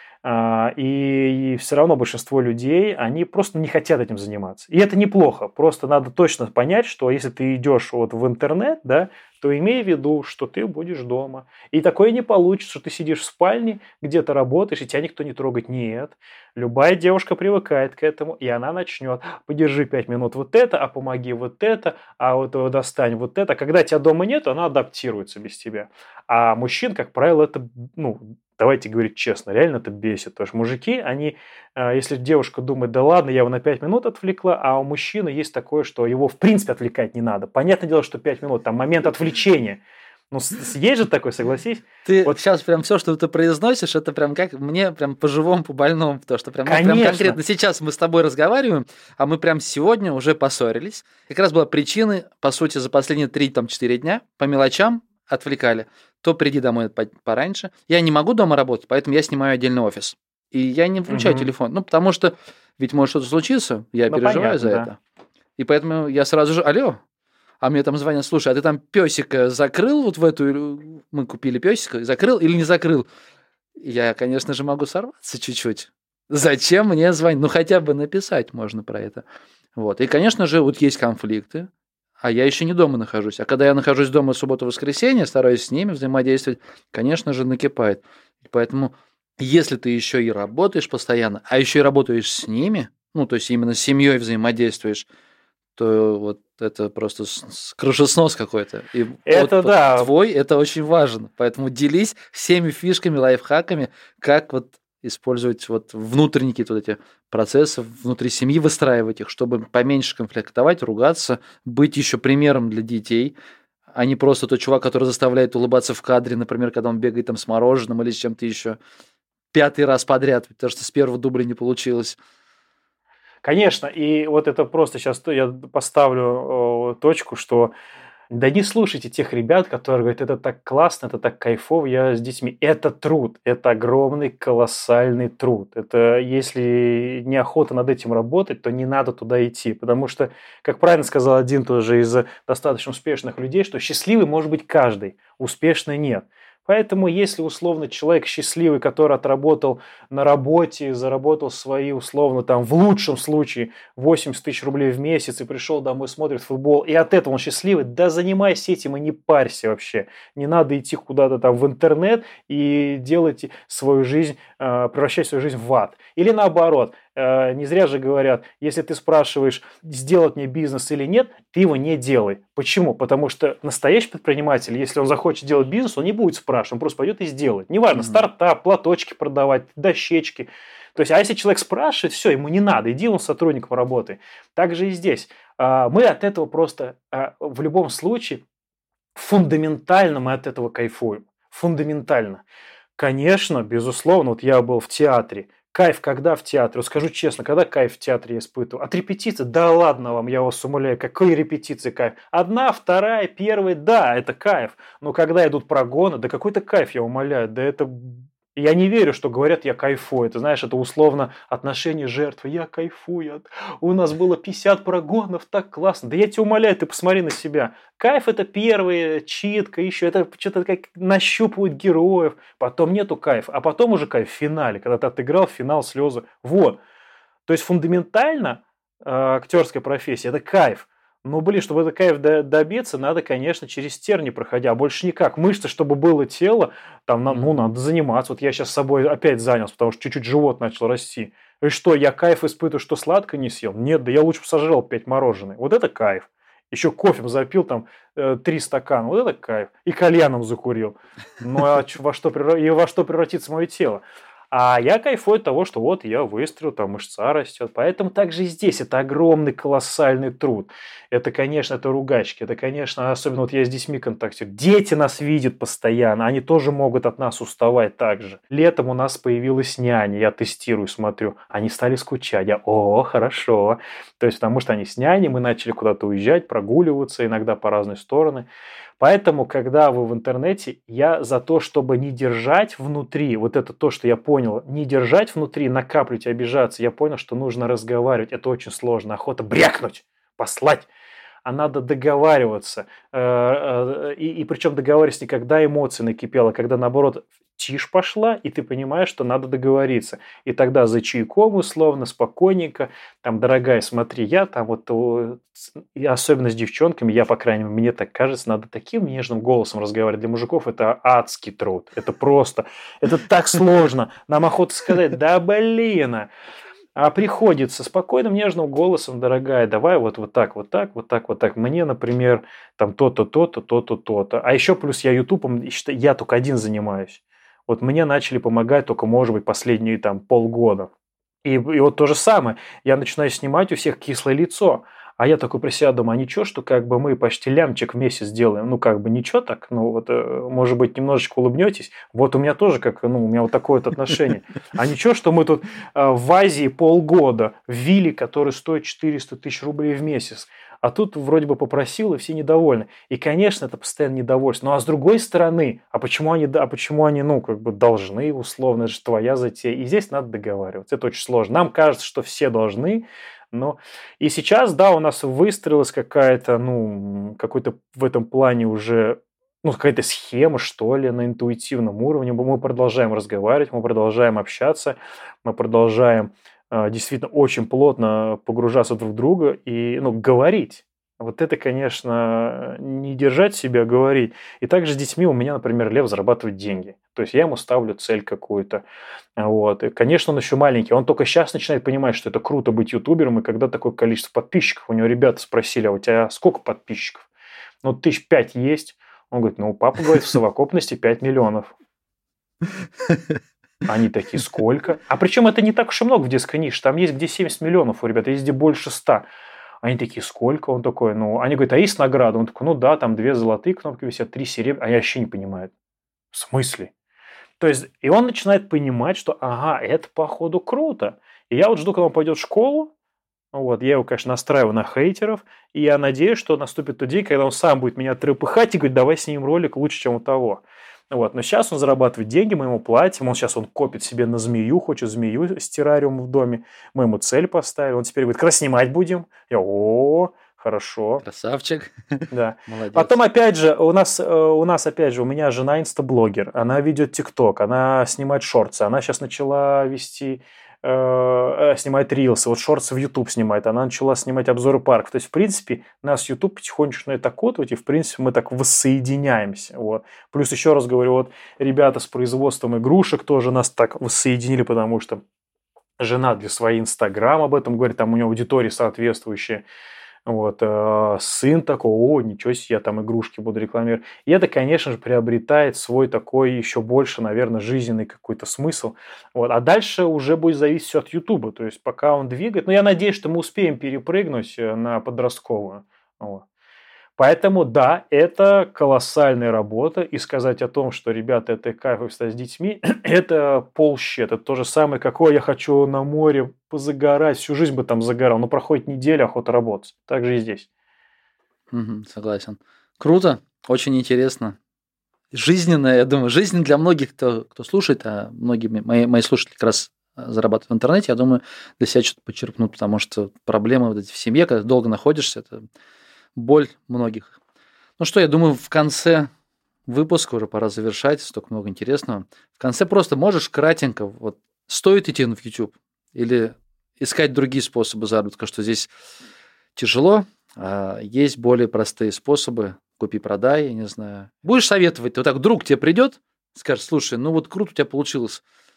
А, И, и все равно большинство людей, они просто не хотят этим заниматься. И это неплохо. Просто надо точно понять, что если ты идешь вот в интернет, да, то имей в виду, что ты будешь дома. И такое не получится, что ты сидишь в спальне, где-то работаешь, и тебя никто не трогает. Нет. Любая девушка привыкает к этому, и она начнет. Подержи пять минут вот это, а помоги вот это, а вот э, достань вот это. Когда тебя дома нет, она адаптируется без тебя. А мужчин, как правило, это, ну, давайте говорить честно, реально это бесит. Потому что мужики, они, э, если девушка думает, да ладно, я его на пять минут отвлекла, а у мужчины есть такое, что его в принципе отвлекать не надо. Понятное дело, что пять минут, там момент отвлечения. Ну, с- с- есть же такой, согласись? Ты Вот. сейчас прям все, что ты произносишь, это прям как мне прям по-живому, по-больному, потому что прям, вот прям Конечно. конкретно сейчас мы с тобой разговариваем, а мы прям сегодня уже поссорились. Как раз была причина, по сути, за последние три-четыре дня по мелочам отвлекали. То приди домой по- пораньше. Я не могу дома работать, поэтому я снимаю отдельный офис. И я не включаю Мгм. телефон. Ну, потому что ведь может что-то случиться, я Ну, переживаю понятно, за да. это. И поэтому я сразу же, алло, а мне там звонят, слушай, а ты там песика закрыл вот в эту, или- мы купили песика, закрыл или не закрыл? Я, конечно же, могу сорваться чуть-чуть. Зачем мне звонить? Ну, хотя бы написать можно про это. Вот. И, конечно же, вот есть конфликты, а я еще не дома нахожусь. А когда я нахожусь дома субботу-воскресенье, стараюсь с ними взаимодействовать, конечно же, накипает. И поэтому, если ты еще и работаешь постоянно, а еще и работаешь с ними, ну, то есть именно с семьей взаимодействуешь, то вот это просто с- с- крышеснос какой-то. И Это вот да. твой это очень важно. Поэтому делись всеми фишками, лайфхаками, как вот использовать вот внутренние какие-то вот эти процессы внутри семьи, выстраивать их, чтобы поменьше конфликтовать, ругаться, быть еще примером для детей, а не просто тот чувак, который заставляет улыбаться в кадре, например, когда он бегает там с мороженым или с чем-то еще пятый раз подряд, потому что с первого дубля не получилось. Конечно, и вот это просто сейчас я поставлю э, точку, что да не слушайте тех ребят, которые говорят, это так классно, это так кайфово, я с детьми. Это труд, это огромный, колоссальный труд. Это если неохота над этим работать, то не надо туда идти. Потому что, как правильно сказал один тоже из достаточно успешных людей, что счастливый может быть каждый, успешный нет. Поэтому, если условно человек счастливый, который отработал на работе, заработал свои условно там в лучшем случае восемьдесят тысяч рублей в месяц и пришел домой, смотрит футбол, и от этого он счастливый, да занимайся этим и не парься вообще. Не надо идти куда-то там в интернет и делать свою жизнь, э, превращать свою жизнь в ад. Или наоборот, э, не зря же говорят, если ты спрашиваешь, сделать мне бизнес или нет, ты его не делай. Почему? Потому что настоящий предприниматель, если он захочет делать бизнес, он не будет спрашивать, он просто пойдет и сделает. Неважно, Мгм. стартап, платочки продавать, дощечки. То есть, а если человек спрашивает, все, ему не надо, иди он сотрудником работы. Так же и здесь. А, Мы от этого просто а, в любом случае фундаментально мы от этого кайфуем. Фундаментально. Конечно, безусловно, вот я был в театре. Кайф когда в театре? Вот скажу честно, когда кайф в театре я испытываю? От репетиции? Да ладно вам, я вас умоляю, какой репетиции кайф? Одна, вторая, первая, да, это кайф. Но когда идут прогоны, да какой-то кайф, я умоляю, да это... Я не верю, что говорят, я кайфую. Ты знаешь, это условно отношение жертвы. Я кайфую. У нас было пятьдесят прогонов, так классно. Да я тебя умоляю, ты посмотри на себя. Кайф это первая читка, еще это что-то как нащупывают героев. Потом нету кайфа. А потом уже кайф в финале, когда ты отыграл финал, слезы. Вот. То есть фундаментально э, актерская профессия – это кайф. Ну, блин, чтобы этот кайф добиться, надо, конечно, через терни проходя, а больше никак. Мышцы, чтобы было тело, там, ну, надо заниматься. Вот я сейчас с собой опять занялся, потому что чуть-чуть живот начал расти. И что, я кайф испытываю, что сладко не съел? Нет, да я лучше бы сожрал пять мороженых. Вот это кайф. Еще кофе запил, там, три стакана. Вот это кайф. И кальяном закурил. Ну, а во что, и во что превратится мое тело? А я кайфую от того, что вот я выстрелил, там мышца растет. Поэтому также и здесь это огромный колоссальный труд. Это, конечно, это ругачки. Это, конечно, особенно вот я с детьми контактирую. Дети нас видят постоянно. Они тоже могут от нас уставать так же. Летом у нас появилась няня. Я тестирую, смотрю. Они стали скучать. Я, о, хорошо. То есть, потому что они с няней, мы начали куда-то уезжать, прогуливаться, иногда по разные стороны. Поэтому, когда вы в интернете, я за то, чтобы не держать внутри, вот это то, что я понял, не держать внутри, накапливать, обижаться, я понял, что нужно разговаривать, это очень сложно, охота брякнуть, послать, а надо договариваться, и, и причем договариваться не когда эмоции накипело, а когда наоборот тишь пошла, и ты понимаешь, что надо договориться. И тогда за чайком условно, спокойненько, там, дорогая, смотри, я там вот, и особенно с девчонками, я, по крайней мере, мне так кажется, надо таким нежным голосом разговаривать. Для мужиков это адский труд. Это просто, это так сложно. Нам охота сказать, да блин, а приходится спокойным, нежным голосом, дорогая, давай вот, вот так, вот так, вот так, вот так. Мне, например, там то-то, то-то, то-то, то-то. А еще плюс я ютубом, я только один занимаюсь. Вот мне начали помогать только, может быть, последние там полгода. И, и вот то же самое. Я начинаю снимать у всех кислое лицо. А я такой про себя думаю, а ничего, что как бы мы почти лямчик в месяц делаем? Ну, как бы ничего так, ну, вот, может быть, немножечко улыбнетесь. Вот у меня тоже, как, ну, у меня вот такое вот отношение. А ничего, что мы тут в Азии полгода, в вилле, которая стоит четыреста тысяч рублей в месяц. А тут вроде бы попросил, и все недовольны. И, конечно, это постоянно недовольство. Ну, а с другой стороны, а почему они, а почему они ну, как бы должны, условно, это же твоя затея. И здесь надо договариваться. Это очень сложно. Нам кажется, что все должны, но... И сейчас, да, у нас выстроилась какая-то, ну, какой-то в этом плане уже, ну, какая-то схема, что ли, на интуитивном уровне. Мы продолжаем разговаривать, мы продолжаем общаться, мы продолжаем... действительно очень плотно погружаться друг в друга и ну, говорить. Вот это, конечно, не держать себя, а говорить. И также с детьми у меня, например, Лев зарабатывает деньги. То есть я ему ставлю цель какую-то. Вот. И, конечно, он еще маленький. Он только сейчас начинает понимать, что это круто быть ютубером, и когда такое количество подписчиков. У него ребята спросили, а у тебя сколько подписчиков? Ну, тысяч пять есть. Он говорит, ну, папа говорит, в совокупности пять миллионов. Они такие, сколько? А причем это не так уж и много в детской нише. Там есть где семьдесят миллионов у ребят, есть где больше ста. Они такие, сколько? Он такой, ну... Они говорят, а есть награда? Он такой, ну да, там две золотые кнопки висят, три серебряные. А я вообще не понимаю. В смысле? То есть, и он начинает понимать, что, ага, это, походу, круто. И я вот жду, когда он пойдет в школу. Вот, я его, конечно, настраиваю на хейтеров. И я надеюсь, что наступит тот день, когда он сам будет меня трепыхать и говорит, давай снимем ролик лучше, чем у того. Вот. Но сейчас он зарабатывает деньги, мы ему платим, он сейчас он копит себе на змею, хочет змею с террариумом в доме, мы ему цель поставили, он теперь говорит, когда снимать будем? Я, о, хорошо. Красавчик. Да. Молодец. Потом, опять же, у нас, у нас, опять же, у меня жена инстаблогер, она ведет тикток, она снимает шортсы, она сейчас начала вести... снимает рилсы, вот шортсы в YouTube снимает, она начала снимать обзоры парков. То есть, в принципе, нас YouTube потихонечку начинает окутывать, и, в принципе, мы так воссоединяемся. Вот. Плюс, еще раз говорю, вот ребята с производством игрушек тоже нас так воссоединили, потому что жена для своей Инстаграм об этом говорит, там у нее аудитория соответствующая. Вот, э, сын такой, о, ничего себе, я там игрушки буду рекламировать. И это, конечно же, приобретает свой такой еще больше, наверное, жизненный какой-то смысл. Вот. А дальше уже будет зависеть все от Ютуба. То есть, пока он двигает. Но я надеюсь, что мы успеем перепрыгнуть на подростковую. Вот. Поэтому, да, это колоссальная работа, и сказать о том, что, ребята, это кайф стать с детьми, это полщет. Это то же самое, какое я хочу на море позагорать, всю жизнь бы там загорал, но проходит неделя, охота работать. Так же и здесь. Угу, согласен. Круто, очень интересно. Жизненно, я думаю, жизнь для многих, кто, кто слушает, а многие мои, мои слушатели как раз зарабатывают в интернете, я думаю, для себя что-то почерпнут, потому что проблемы вот эти в семье, когда долго находишься, это боль многих. Ну что, я думаю, в конце выпуска уже пора завершать, столько много интересного. В конце просто можешь кратенько, вот стоит идти в YouTube или искать другие способы заработка, что здесь тяжело, а есть более простые способы, купи-продай, я не знаю. Будешь советовать, вот так друг тебе придет, скажет, слушай, ну вот круто у тебя получилось,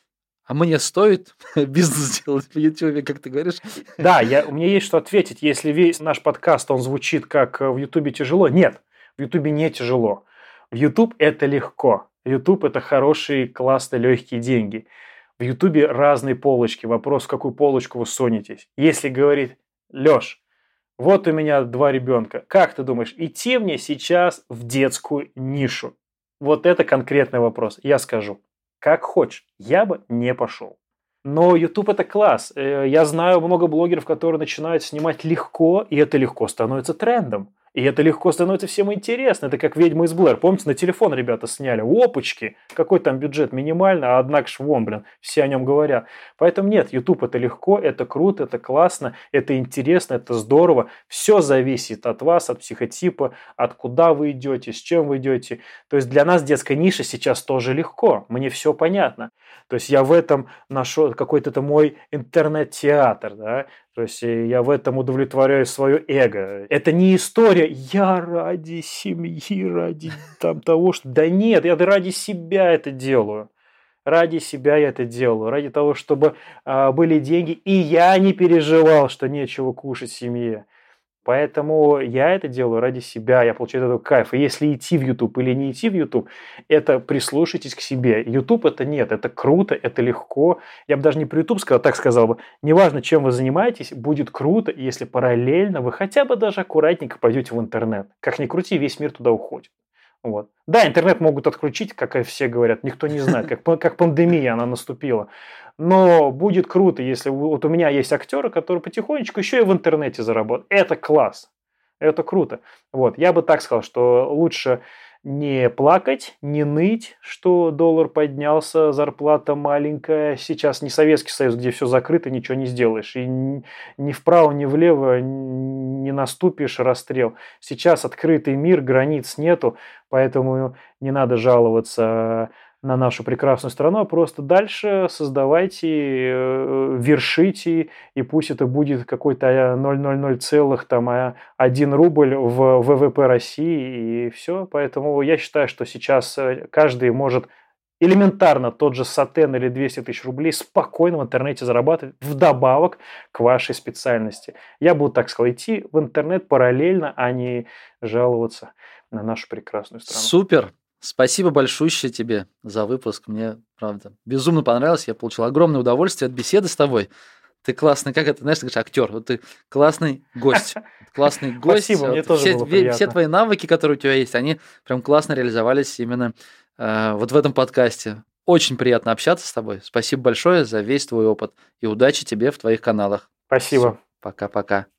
а мне стоит бизнес делать в YouTube, как ты говоришь? Да, я, у меня есть что ответить. Если весь наш подкаст, он звучит как в YouTube тяжело, нет, в YouTube не тяжело. В YouTube это легко. YouTube это хорошие, классные, легкие деньги. В YouTube разные полочки. Вопрос, в какую полочку вы сунетесь. Если говорит, Леш, вот у меня два ребенка. Как ты думаешь, идти мне сейчас в детскую нишу? Вот это конкретный вопрос. Я скажу. Как хочешь, я бы не пошел. Но YouTube это класс. Я знаю много блогеров, которые начинают снимать легко, и это легко становится трендом. И это легко становится всем интересно. Это как «Ведьма из Блэр». Помните, на телефон ребята сняли. Опачки! Какой там бюджет минимальный, а однако ж вон, блин, все о нем говорят. Поэтому нет, YouTube это легко, это круто, это классно, это интересно, это здорово. Все зависит от вас, от психотипа, от куда вы идете, с чем вы идете. То есть для нас детская ниша сейчас тоже легко. Мне все понятно. То есть я в этом нашел какой-то это мой интернет-театр, да. То есть я в этом удовлетворяю свое эго. Это не история «я ради семьи, ради там, того, что…» Да нет, я ради себя это делаю. Ради себя я это делаю. Ради того, чтобы а, были деньги, и я не переживал, что нечего кушать в семье. Поэтому я это делаю ради себя, я получаю от этого кайф. И если идти в YouTube или не идти в YouTube, это прислушайтесь к себе. YouTube это нет, это круто, это легко. Я бы даже не про YouTube сказал, так сказал бы. Неважно, чем вы занимаетесь, будет круто, если параллельно вы хотя бы даже аккуратненько пойдете в интернет. Как ни крути, весь мир туда уходит. Вот. Да, интернет могут отключить, как и все говорят, никто не знает, как, как пандемия она наступила. Но будет круто, если вот у меня есть актеры, которые потихонечку еще и в интернете заработают. Это класс, это круто. Вот. Я бы так сказал, что лучше не плакать, не ныть, что доллар поднялся, зарплата маленькая. Сейчас не Советский Союз, где все закрыто, ничего не сделаешь. И ни вправо, ни влево не наступишь, расстрел. Сейчас открытый мир, границ нету, поэтому не надо жаловаться на нашу прекрасную страну, а просто дальше создавайте, вершите, и пусть это будет какой-то ноль целых ноль целых там один рубль в ВВП России, и все. Поэтому я считаю, что сейчас каждый может элементарно тот же сатен или двести тысяч рублей спокойно в интернете зарабатывать вдобавок к вашей специальности. Я буду так сказать, идти в интернет параллельно, а не жаловаться на нашу прекрасную страну. Супер! Спасибо большое тебе за выпуск. Мне, правда, безумно понравилось. Я получил огромное удовольствие от беседы с тобой. Ты классный, как это, знаешь, ты говоришь, актер. Вот ты классный гость. Классный гость. Спасибо, мне тоже все, было приятно. Все твои навыки, которые у тебя есть, они прям классно реализовались именно э, вот в этом подкасте. Очень приятно общаться с тобой. Спасибо большое за весь твой опыт. И удачи тебе в твоих каналах. Спасибо. Все, пока-пока.